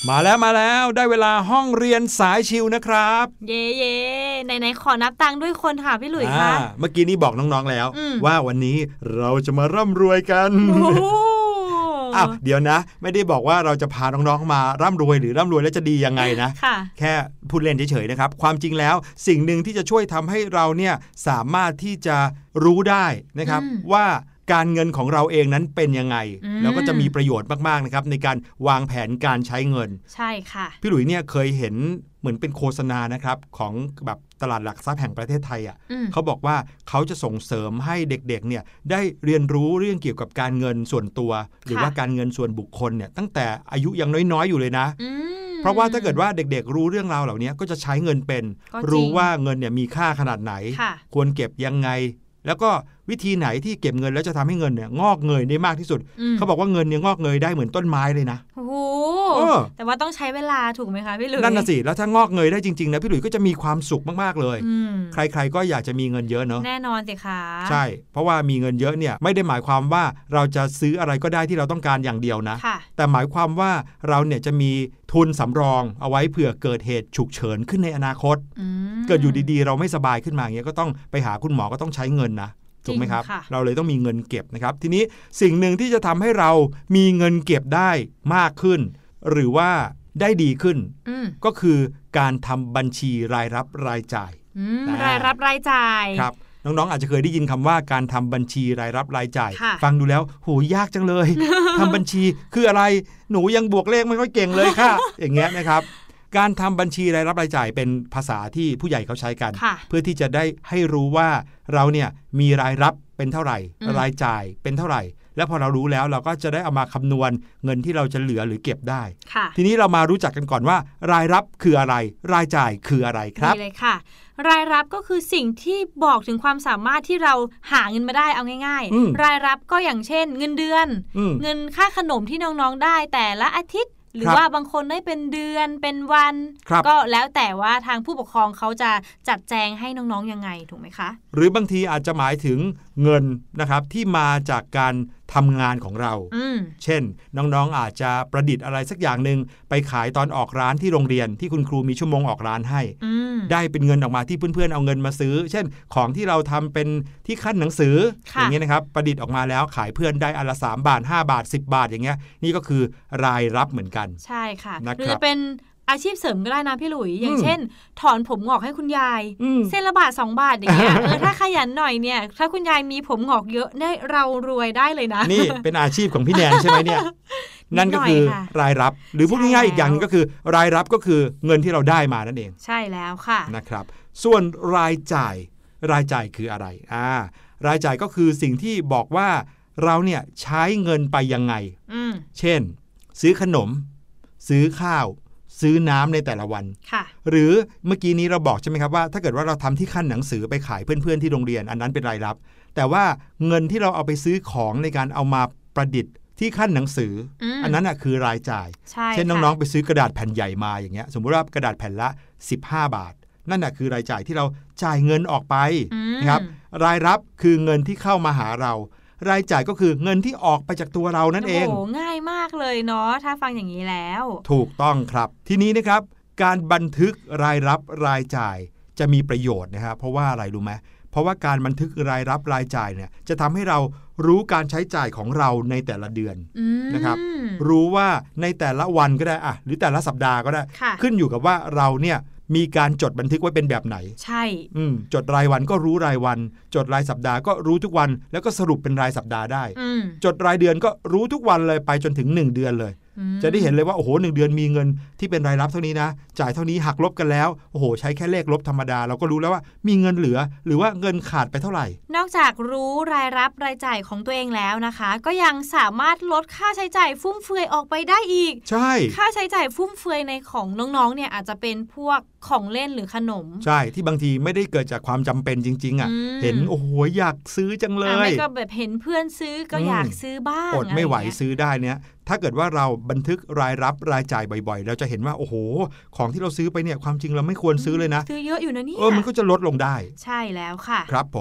Speaker 1: มาแล้วได้เวลาห้องเรียนสายชิวนะครับ
Speaker 2: เย่ไหนขอนับตังค์ด้วยคนค่ะพี่หลุยส์คะ
Speaker 1: เมื่อกี้นี้บอกน้องๆแล้วว่าวันนี้เราจะมาร่ำรวยกันอ้าวเดี๋ยวนะไม่ได้บอกว่าเราจะพาน้องๆมาร่ำรวยหรือร่ำรวยแล้วจะดียังไงนะแค่พูดเล่นเฉยๆนะครับความจริงแล้วสิ่งหนึ่งที่จะช่วยทำให้เราเนี่ยสามารถที่จะรู้ได้นะครับว่าการเงินของเราเองนั้นเป็นยังไงแล้วก็จะมีประโยชน์มากๆนะครับในการวางแผนการใช้เงิน
Speaker 2: ใช่ค่ะ
Speaker 1: พี่หลุยเนี่ยเคยเห็นเหมือนเป็นโฆษณานะครับของแบบตลาดหลักทรัพย์แห่งประเทศไทยอ่ะเขาบอกว่าเขาจะส่งเสริมให้เด็กๆเนี่ยได้เรียนรู้เรื่องเกี่ยวกับการเงินส่วนตัวหรือว่าการเงินส่วนบุคคลเนี่ยตั้งแต่อายุยังน้อยๆอยู่เลยนะเพราะว่าถ้าเกิดว่าเด็กๆรู้เรื่องราวเหล่านี้ก็จะใช้เงินเป็นรู้ว่าเงินเนี่ยมีค่าขนาดไหนควรเก็บยังไงแล้วก็วิธีไหนที่เก็บเงินแล้วจะทำให้เงินเนี่ยงอกเงยได้มากที่สุดเขาบอกว่าเงินเนี่ยงอกเงยได้เหมือนต้นไม้เลยนะ
Speaker 2: โอ้โหแต่ว่าต้องใช้เวลาถูกไหมคะพี่หลุย
Speaker 1: นั่นน่ะสิแล้วถ้างอกเงยได้จริงๆนะพี่หลุยก็จะมีความสุขมากๆเลยใครๆก็อยากจะมีเงินเยอะเนอะ
Speaker 2: แน่นอนสิคะ
Speaker 1: ใช่เพราะว่ามีเงินเยอะเนี่ยไม่ได้หมายความว่าเราจะซื้ออะไรก็ได้ที่เราต้องการอย่างเดียวนะแต่หมายความว่าเราเนี่ยจะมีทุนสำรองเอาไว้เผื่อเกิดเหตุฉุกเฉินขึ้นในอนาคตเกิดอยู่ดีๆเราไม่สบายขึ้นมาอย่างเงี้ยก็ต้องไปหาคุณหมอก็ต้องใช้เงินนะถูกไหมครับเราเลยต้องมีเงินเก็บนะครับทีนี้สิ่งหนึ่งที่จะทำให้เรามีเงินเก็บได้มากขึ้นหรือว่าได้ดีขึ้นก็คือการทำบัญชีรายรับรายจ่าย
Speaker 2: รายรับรายจ่าย
Speaker 1: ครับน้องๆอาจจะเคยได้ยินคำว่าการทำบัญชีรายรับรายจ่ายฟังดูแล้วโหยากจังเลย ทำบัญชีคืออะไรหนูยังบวกเลขไม่ค่อยเก่งเลยค่ะ อย่างเงี้ยนะครับการทำบัญชีรายรับรายจ่ายเป็นภาษาที่ผู้ใหญ่เขาใช้กันเพื่อที่จะได้ให้รู้ว่าเราเนี่ยมีรายรับเป็นเท่าไหร่รายจ่ายเป็นเท่าไหร่แล้วพอเรารู้แล้วเราก็จะได้เอามาคำนวณเงินที่เราจะเหลือหรือเก็บได้ทีนี้เรามารู้จักกันก่อนว่ารายรับคืออะไรรายจ่ายคืออะไรครับ
Speaker 2: นี่เลยค่ะรายรับก็คือสิ่งที่บอกถึงความสามารถที่เราหาเงินมาได้เอาง่ายๆรายรับก็อย่างเช่นเงินเดือนเงินค่าขนมที่น้องๆได้แต่ละอาทิตย์หรือว่าบางคนได้เป็นเดือนเป็นวันก็แล้วแต่ว่าทางผู้ปกครองเขาจะจัดแจงให้น้องๆยังไงถูกไหมคะ
Speaker 1: หรือบางทีอาจจะหมายถึงเงินนะครับที่มาจากการทำงานของเราเช่นน้องๆอาจจะประดิษฐ์อะไรสักอย่างนึงไปขายตอนออกร้านที่โรงเรียนที่คุณครูมีชั่วโมงออกร้านให้ได้เป็นเงินออกมาที่เพื่อนๆเอาเงินมาซื้อเช่นของที่เราทำเป็นที่ขั้นหนังสืออย่างเงี้ยนะครับประดิษฐ์ออกมาแล้วขายเพื่อนได้อันละ3 บาท5 บาท10 บาทอย่างเงี้ยนี่ก็คือรายรับเหมือนกัน
Speaker 2: ใช่ค่ะหรือเป็นอาชีพเสริมก็ได้นะพี่หลุยอย่างเช่นถอนผมงอกให้คุณยายเส้นละบาท2 บาทอย่างเงี้ยถ้าขยันหน่อยเนี่ยถ้าคุณยายมีผมงอกเยอะเนี่ยเรารวยได้เลยนะ
Speaker 1: นี่เป็นอาชีพของพี่แนนใช่ไหมเนี่ยนั่นก็คือรายรับหรือพูดง่ายๆอีกอย่างนึงก็คือรายรับก็คือเงินที่เราได้มานั่นเอง
Speaker 2: ใช่แล้วค่ะ
Speaker 1: นะครับส่วนรายจ่ายคืออะไรรายจ่ายก็คือสิ่งที่บอกว่าเราเนี่ยใช้เงินไปยังไงเช่นซื้อขนมซื้อข้าวซื้อน้ำในแต่ละวันหรือเมื่อกี้นี้เราบอกใช่ไหมครับว่าถ้าเกิดว่าเราทำที่ขั้นหนังสือไปขายเพื่อนๆที่โรงเรียนอันนั้นเป็นรายรับแต่ว่าเงินที่เราเอาไปซื้อของในการเอามาประดิษฐ์ที่ขั้นหนังสืออันนั้นคือรายจ่ายเช่นน้องๆไปซื้อกระดาษแผ่นใหญ่มาอย่างเงี้ยสมมติว่ากระดาษแผ่นละ15 บาทนั่นคือรายจ่ายที่เราจ่ายเงินออกไปนะครับรายรับคือเงินที่เข้ามาหาเรารายจ่ายก็คือเงินที่ออกไปจากตัวเรานั่นเอง
Speaker 2: โอ้ง่ายมากเลยเนาะถ้าฟังอย่างนี้แล้ว
Speaker 1: ถูกต้องครับทีนี้นะครับการบันทึกรายรับรายจ่ายจะมีประโยชน์นะครับเพราะว่าอะไรรู้ไหมเพราะว่าการบันทึกรายรับรายจ่ายเนี่ยจะทำให้เรารู้การใช้จ่ายของเราในแต่ละเดือนนะครับรู้ว่าในแต่ละวันก็ได้หรือแต่ละสัปดาห์ก็ได้ขึ้นอยู่กับว่าเราเนี่ยมีการจดบันทึกไว้เป็นแบบไหน
Speaker 2: ใช่
Speaker 1: จดรายวันก็รู้รายวันจดรายสัปดาห์ก็รู้ทุกวันแล้วก็สรุปเป็นรายสัปดาห์ได้จดรายเดือนก็รู้ทุกวันเลยไปจนถึง1 เดือนเลยจะได้เห็นเลยว่าโอ้โห1 เดือนมีเงินที่เป็นรายรับเท่านี้นะจ่ายเท่านี้หักลบกันแล้วโอ้โหใช้แค่เลขลบธรรมดาเราก็รู้แล้วว่ามีเงินเหลือหรือว่าเงินขาดไปเท่าไหร่
Speaker 2: นอกจากรู้รายรับรายจ่ายของตัวเองแล้วนะคะก็ยังสามารถลดค่าใช้จ่ายฟุ่มเฟือยออกไปได้อีก
Speaker 1: ใช่
Speaker 2: ค่าใช้จ่ายฟุ่มเฟือยในของน้องๆเนี่ยอาจจะเป็นพวกของเล่นหรือขนม
Speaker 1: ใช่ที่บางทีไม่ได้เกิดจากความจำเป็นจริงๆเห็นโอ้โหอยากซื้อจังเลย
Speaker 2: ไม่ก็แบบเห็นเพื่อนซื้อก็อยากซื้อบ้าง
Speaker 1: อดไม่ไหวซื้อได้เนี่ยถ้าเกิดว่าเราบันทึกรายรับรายจ่ายบ่อยๆเราจะเห็นว่าโอ้โหของที่เราซื้อไปเนี่ยความจริงเราไม่ควรซื้อเลยนะ
Speaker 2: ซื้อเยอะอยู่นะนี่
Speaker 1: มันก็จะลดลงได้
Speaker 2: ใช่แล้วค่ะ
Speaker 1: ครับผม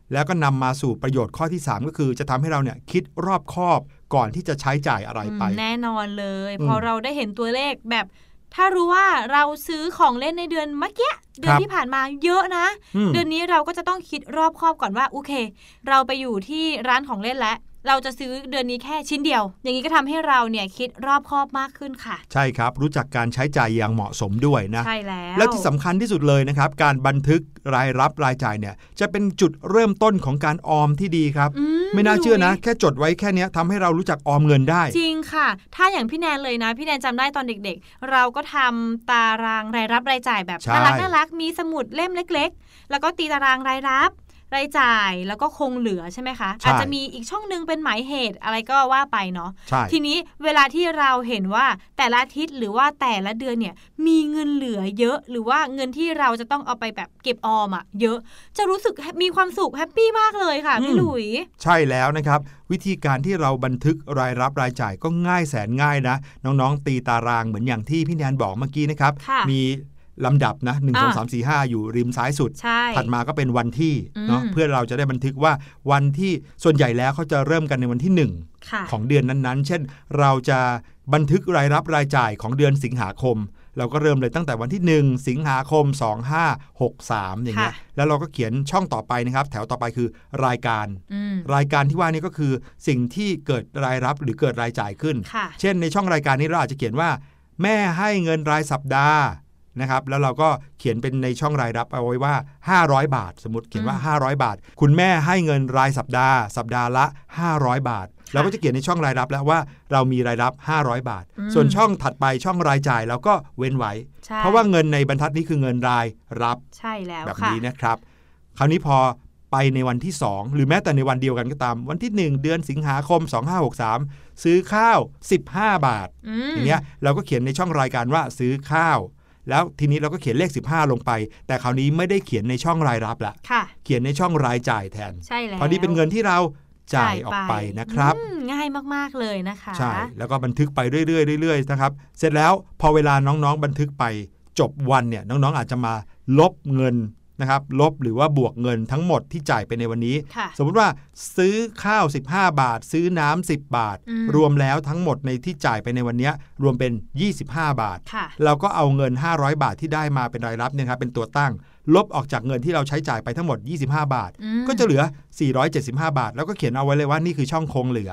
Speaker 1: แล้วก็นำมาสู่ประโยชน์ข้อที่3ก็คือจะทำให้เราเนี่ยคิดรอบคอบก่อนที่จะใช้จ่ายอะไรไป
Speaker 2: แน่นอนเลยพอเราได้เห็นตัวเลขแบบถ้ารู้ว่าเราซื้อของเล่นในเดือนเมื่อกี้เดือนที่ผ่านมาเยอะนะเดือนนี้เราก็จะต้องคิดรอบคอบก่อนว่าโอเคเราไปอยู่ที่ร้านของเล่นแล้วเราจะซื้อเดือนนี้แค่ชิ้นเดียวอย่างนี้ก็ทำให้เราเนี่ยคิดรอบคอบมากขึ้นค่ะ
Speaker 1: ใช่ครับรู้จักการใช้จ่ายอย่างเหมาะสมด้วยนะ
Speaker 2: ใช่แล้ว
Speaker 1: และที่สำคัญที่สุดเลยนะครับการบันทึกรายรับรายจ่ายเนี่ยจะเป็นจุดเริ่มต้นของการออมที่ดีครับไม่น่าเชื่อนะแค่จดไว้แค่นี้ทำให้เรารู้จักออมเงินได้
Speaker 2: จริงค่ะถ้าอย่างพี่แนนเลยนะพี่แนนจำได้ตอนเด็กๆเราก็ทำตารางรายรับรายจ่ายแบบน่ารักมีสมุดเล่มเล็กๆแล้วก็ตีตารางรายรับรายจ่ายแล้วก็คงเหลือใช่ไหมคะอาจจะมีอีกช่องนึงเป็นหมายเหตุอะไรก็ว่าไปเนาะทีนี้เวลาที่เราเห็นว่าแต่ละอาทิตย์หรือว่าแต่ละเดือนเนี่ยมีเงินเหลือเยอะหรือว่าเงินที่เราจะต้องเอาไปแบบเก็บออมอ่ะเยอะจะรู้สึกมีความสุขแฮปปี้มากเลยค่ะพี่หลุย
Speaker 1: ใช่แล้วนะครับวิธีการที่เราบันทึกรายรับรายจ่ายก็ง่ายแสนง่ายนะน้องๆตีตารางเหมือนอย่างที่พี่แนนบอกเมื่อกี้นะครับมีลำดับนะ1 2 3 4 5อยู่ริมซ้ายสุดถัดมาก็เป็นวันที่เนาะเพื่อเราจะได้บันทึกว่าวันที่ส่วนใหญ่แล้วเขาจะเริ่มกันในวันที่1ของเดือนนั้นๆเช่นเราจะบันทึกรายรับรายจ่ายของเดือนสิงหาคมเราก็เริ่มเลยตั้งแต่วันที่1สิงหาคม2563อย่างเงี้ยแล้วเราก็เขียนช่องต่อไปนะครับแถวต่อไปคือรายการที่ว่านี้ก็คือสิ่งที่เกิดรายรับหรือเกิดรายจ่ายขึ้นเช่นในช่องรายการนี้เราอาจจะเขียนว่าแม่ให้เงินรายสัปดาห์นะครับแล้วเราก็เขียนเป็นในช่องรายรับเอาไว้ว่า500บาทสมมุติเขียนว่า500บาทคุณแม่ให้เงินรายสัปดาห์ละ500บาทเราก็จะเขียนในช่องรายรับแล้วว่าเรามีรายรับ500บาทส่วนช่องถัดไปช่องรายจ่ายเราก็เว้นไว้เพราะว่าเงินในบรรทัดนี้คือเงินรายรับ
Speaker 2: ใช่แล้ว
Speaker 1: แบบนี้นะครับคราวนี้พอไปในวันที่2หรือแม้แต่ในวันเดียวกันก็ตามวันที่1เดือนสิงหาคม2563ซื้อข้าว15บาทอย่างเงี้ยเราก็เขียนในช่องรายการว่าซื้อข้าวแล้วทีนี้เราก็เขียนเลข15ลงไปแต่คราวนี้ไม่ได้เขียนในช่องรายรับละเขียนในช่องรายจ่ายแทน
Speaker 2: ใช่แล้ว
Speaker 1: พอนี้เป็นเงินที่เราจ่ายออกไปนะครับ
Speaker 2: ง่ายมากๆเลยนะคะ
Speaker 1: ใช่แล้วก็บันทึกไปเรื่อยๆนะครับเสร็จแล้วพอเวลาน้องๆบันทึกไปจบวันเนี่ยน้องๆอาจจะมาลบเงินนะครับลบหรือว่าบวกเงินทั้งหมดที่จ่ายไปในวันนี้สมมุติว่าซื้อข้าว15บาทซื้อน้ำ10บาทรวมแล้วทั้งหมดในที่จ่ายไปในวันนี้รวมเป็น25บาทเราก็เอาเงิน500บาทที่ได้มาเป็นรายรับเนี่ยครับเป็นตัวตั้งลบออกจากเงินที่เราใช้จ่ายไปทั้งหมด25บาทก็จะเหลือ475บาทแล้วก็เขียนเอาไว้เลยว่านี่คือช่องคงเหลือ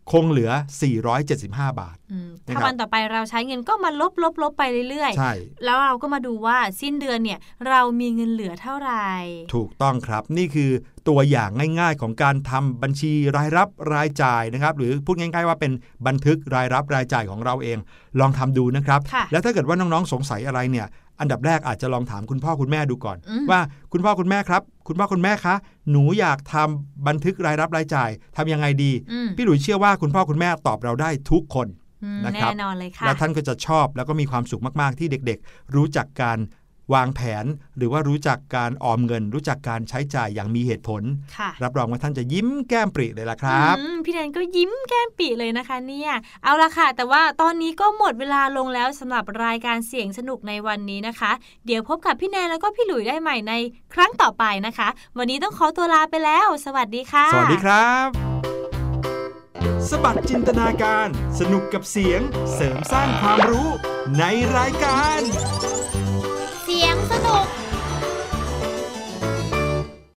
Speaker 1: 475บาท
Speaker 2: ถ้าวันต่อไปเราใช้เงินก็มาลบไปเรื่อยๆใช่แล้วเราก็มาดูว่าสิ้นเดือนเนี่ยเรามีเงินเหลือเท่าไหร่
Speaker 1: ถูกต้องครับนี่คือตัวอย่างง่ายๆของการทำบัญชีรายรับรายจ่ายนะครับหรือพูดง่ายๆว่าเป็นบันทึกรายรับรายจ่ายของเราเองลองทำดูนะครับแล้วถ้าเกิดว่าน้องๆสงสัยอะไรเนี่ยอันดับแรกอาจจะลองถามคุณพ่อคุณแม่ดูก่อนว่าคุณพ่อคุณแม่ครับคุณพ่อคุณแม่คะหนูอยากทำบันทึกรายรับรายจ่ายทำยังไงดีพี่หลุยเชื่อว่าคุณพ่อคุณแม่ตอบเราได้ทุกคนนะครับ
Speaker 2: แน่นอนเลยค่ะ
Speaker 1: และท่านก็จะชอบแล้วก็มีความสุขมากๆที่เด็กๆรู้จักการวางแผนหรือว่ารู้จักการออมเงินรู้จักการใช้จ่ายอย่างมีเหตุผลรับรองว่าท่านจะยิ้มแก้มปริเลยล่ะครับ
Speaker 2: พี่แนนก็ยิ้มแก้มปริเลยนะคะเนี่ยเอาละค่ะแต่ว่าตอนนี้ก็หมดเวลาลงแล้วสำหรับรายการเสียงสนุกในวันนี้นะคะเดี๋ยวพบกับพี่แนนแล้วก็พี่หลุยได้ใหม่ในครั้งต่อไปนะคะวันนี้ต้องขอตัวลาไปแล้วสวัสดีค่ะ
Speaker 1: สวัสดีครับสบัดจินตนาการสนุกกับเสียงเสริมสร้างความรู้ในรายการ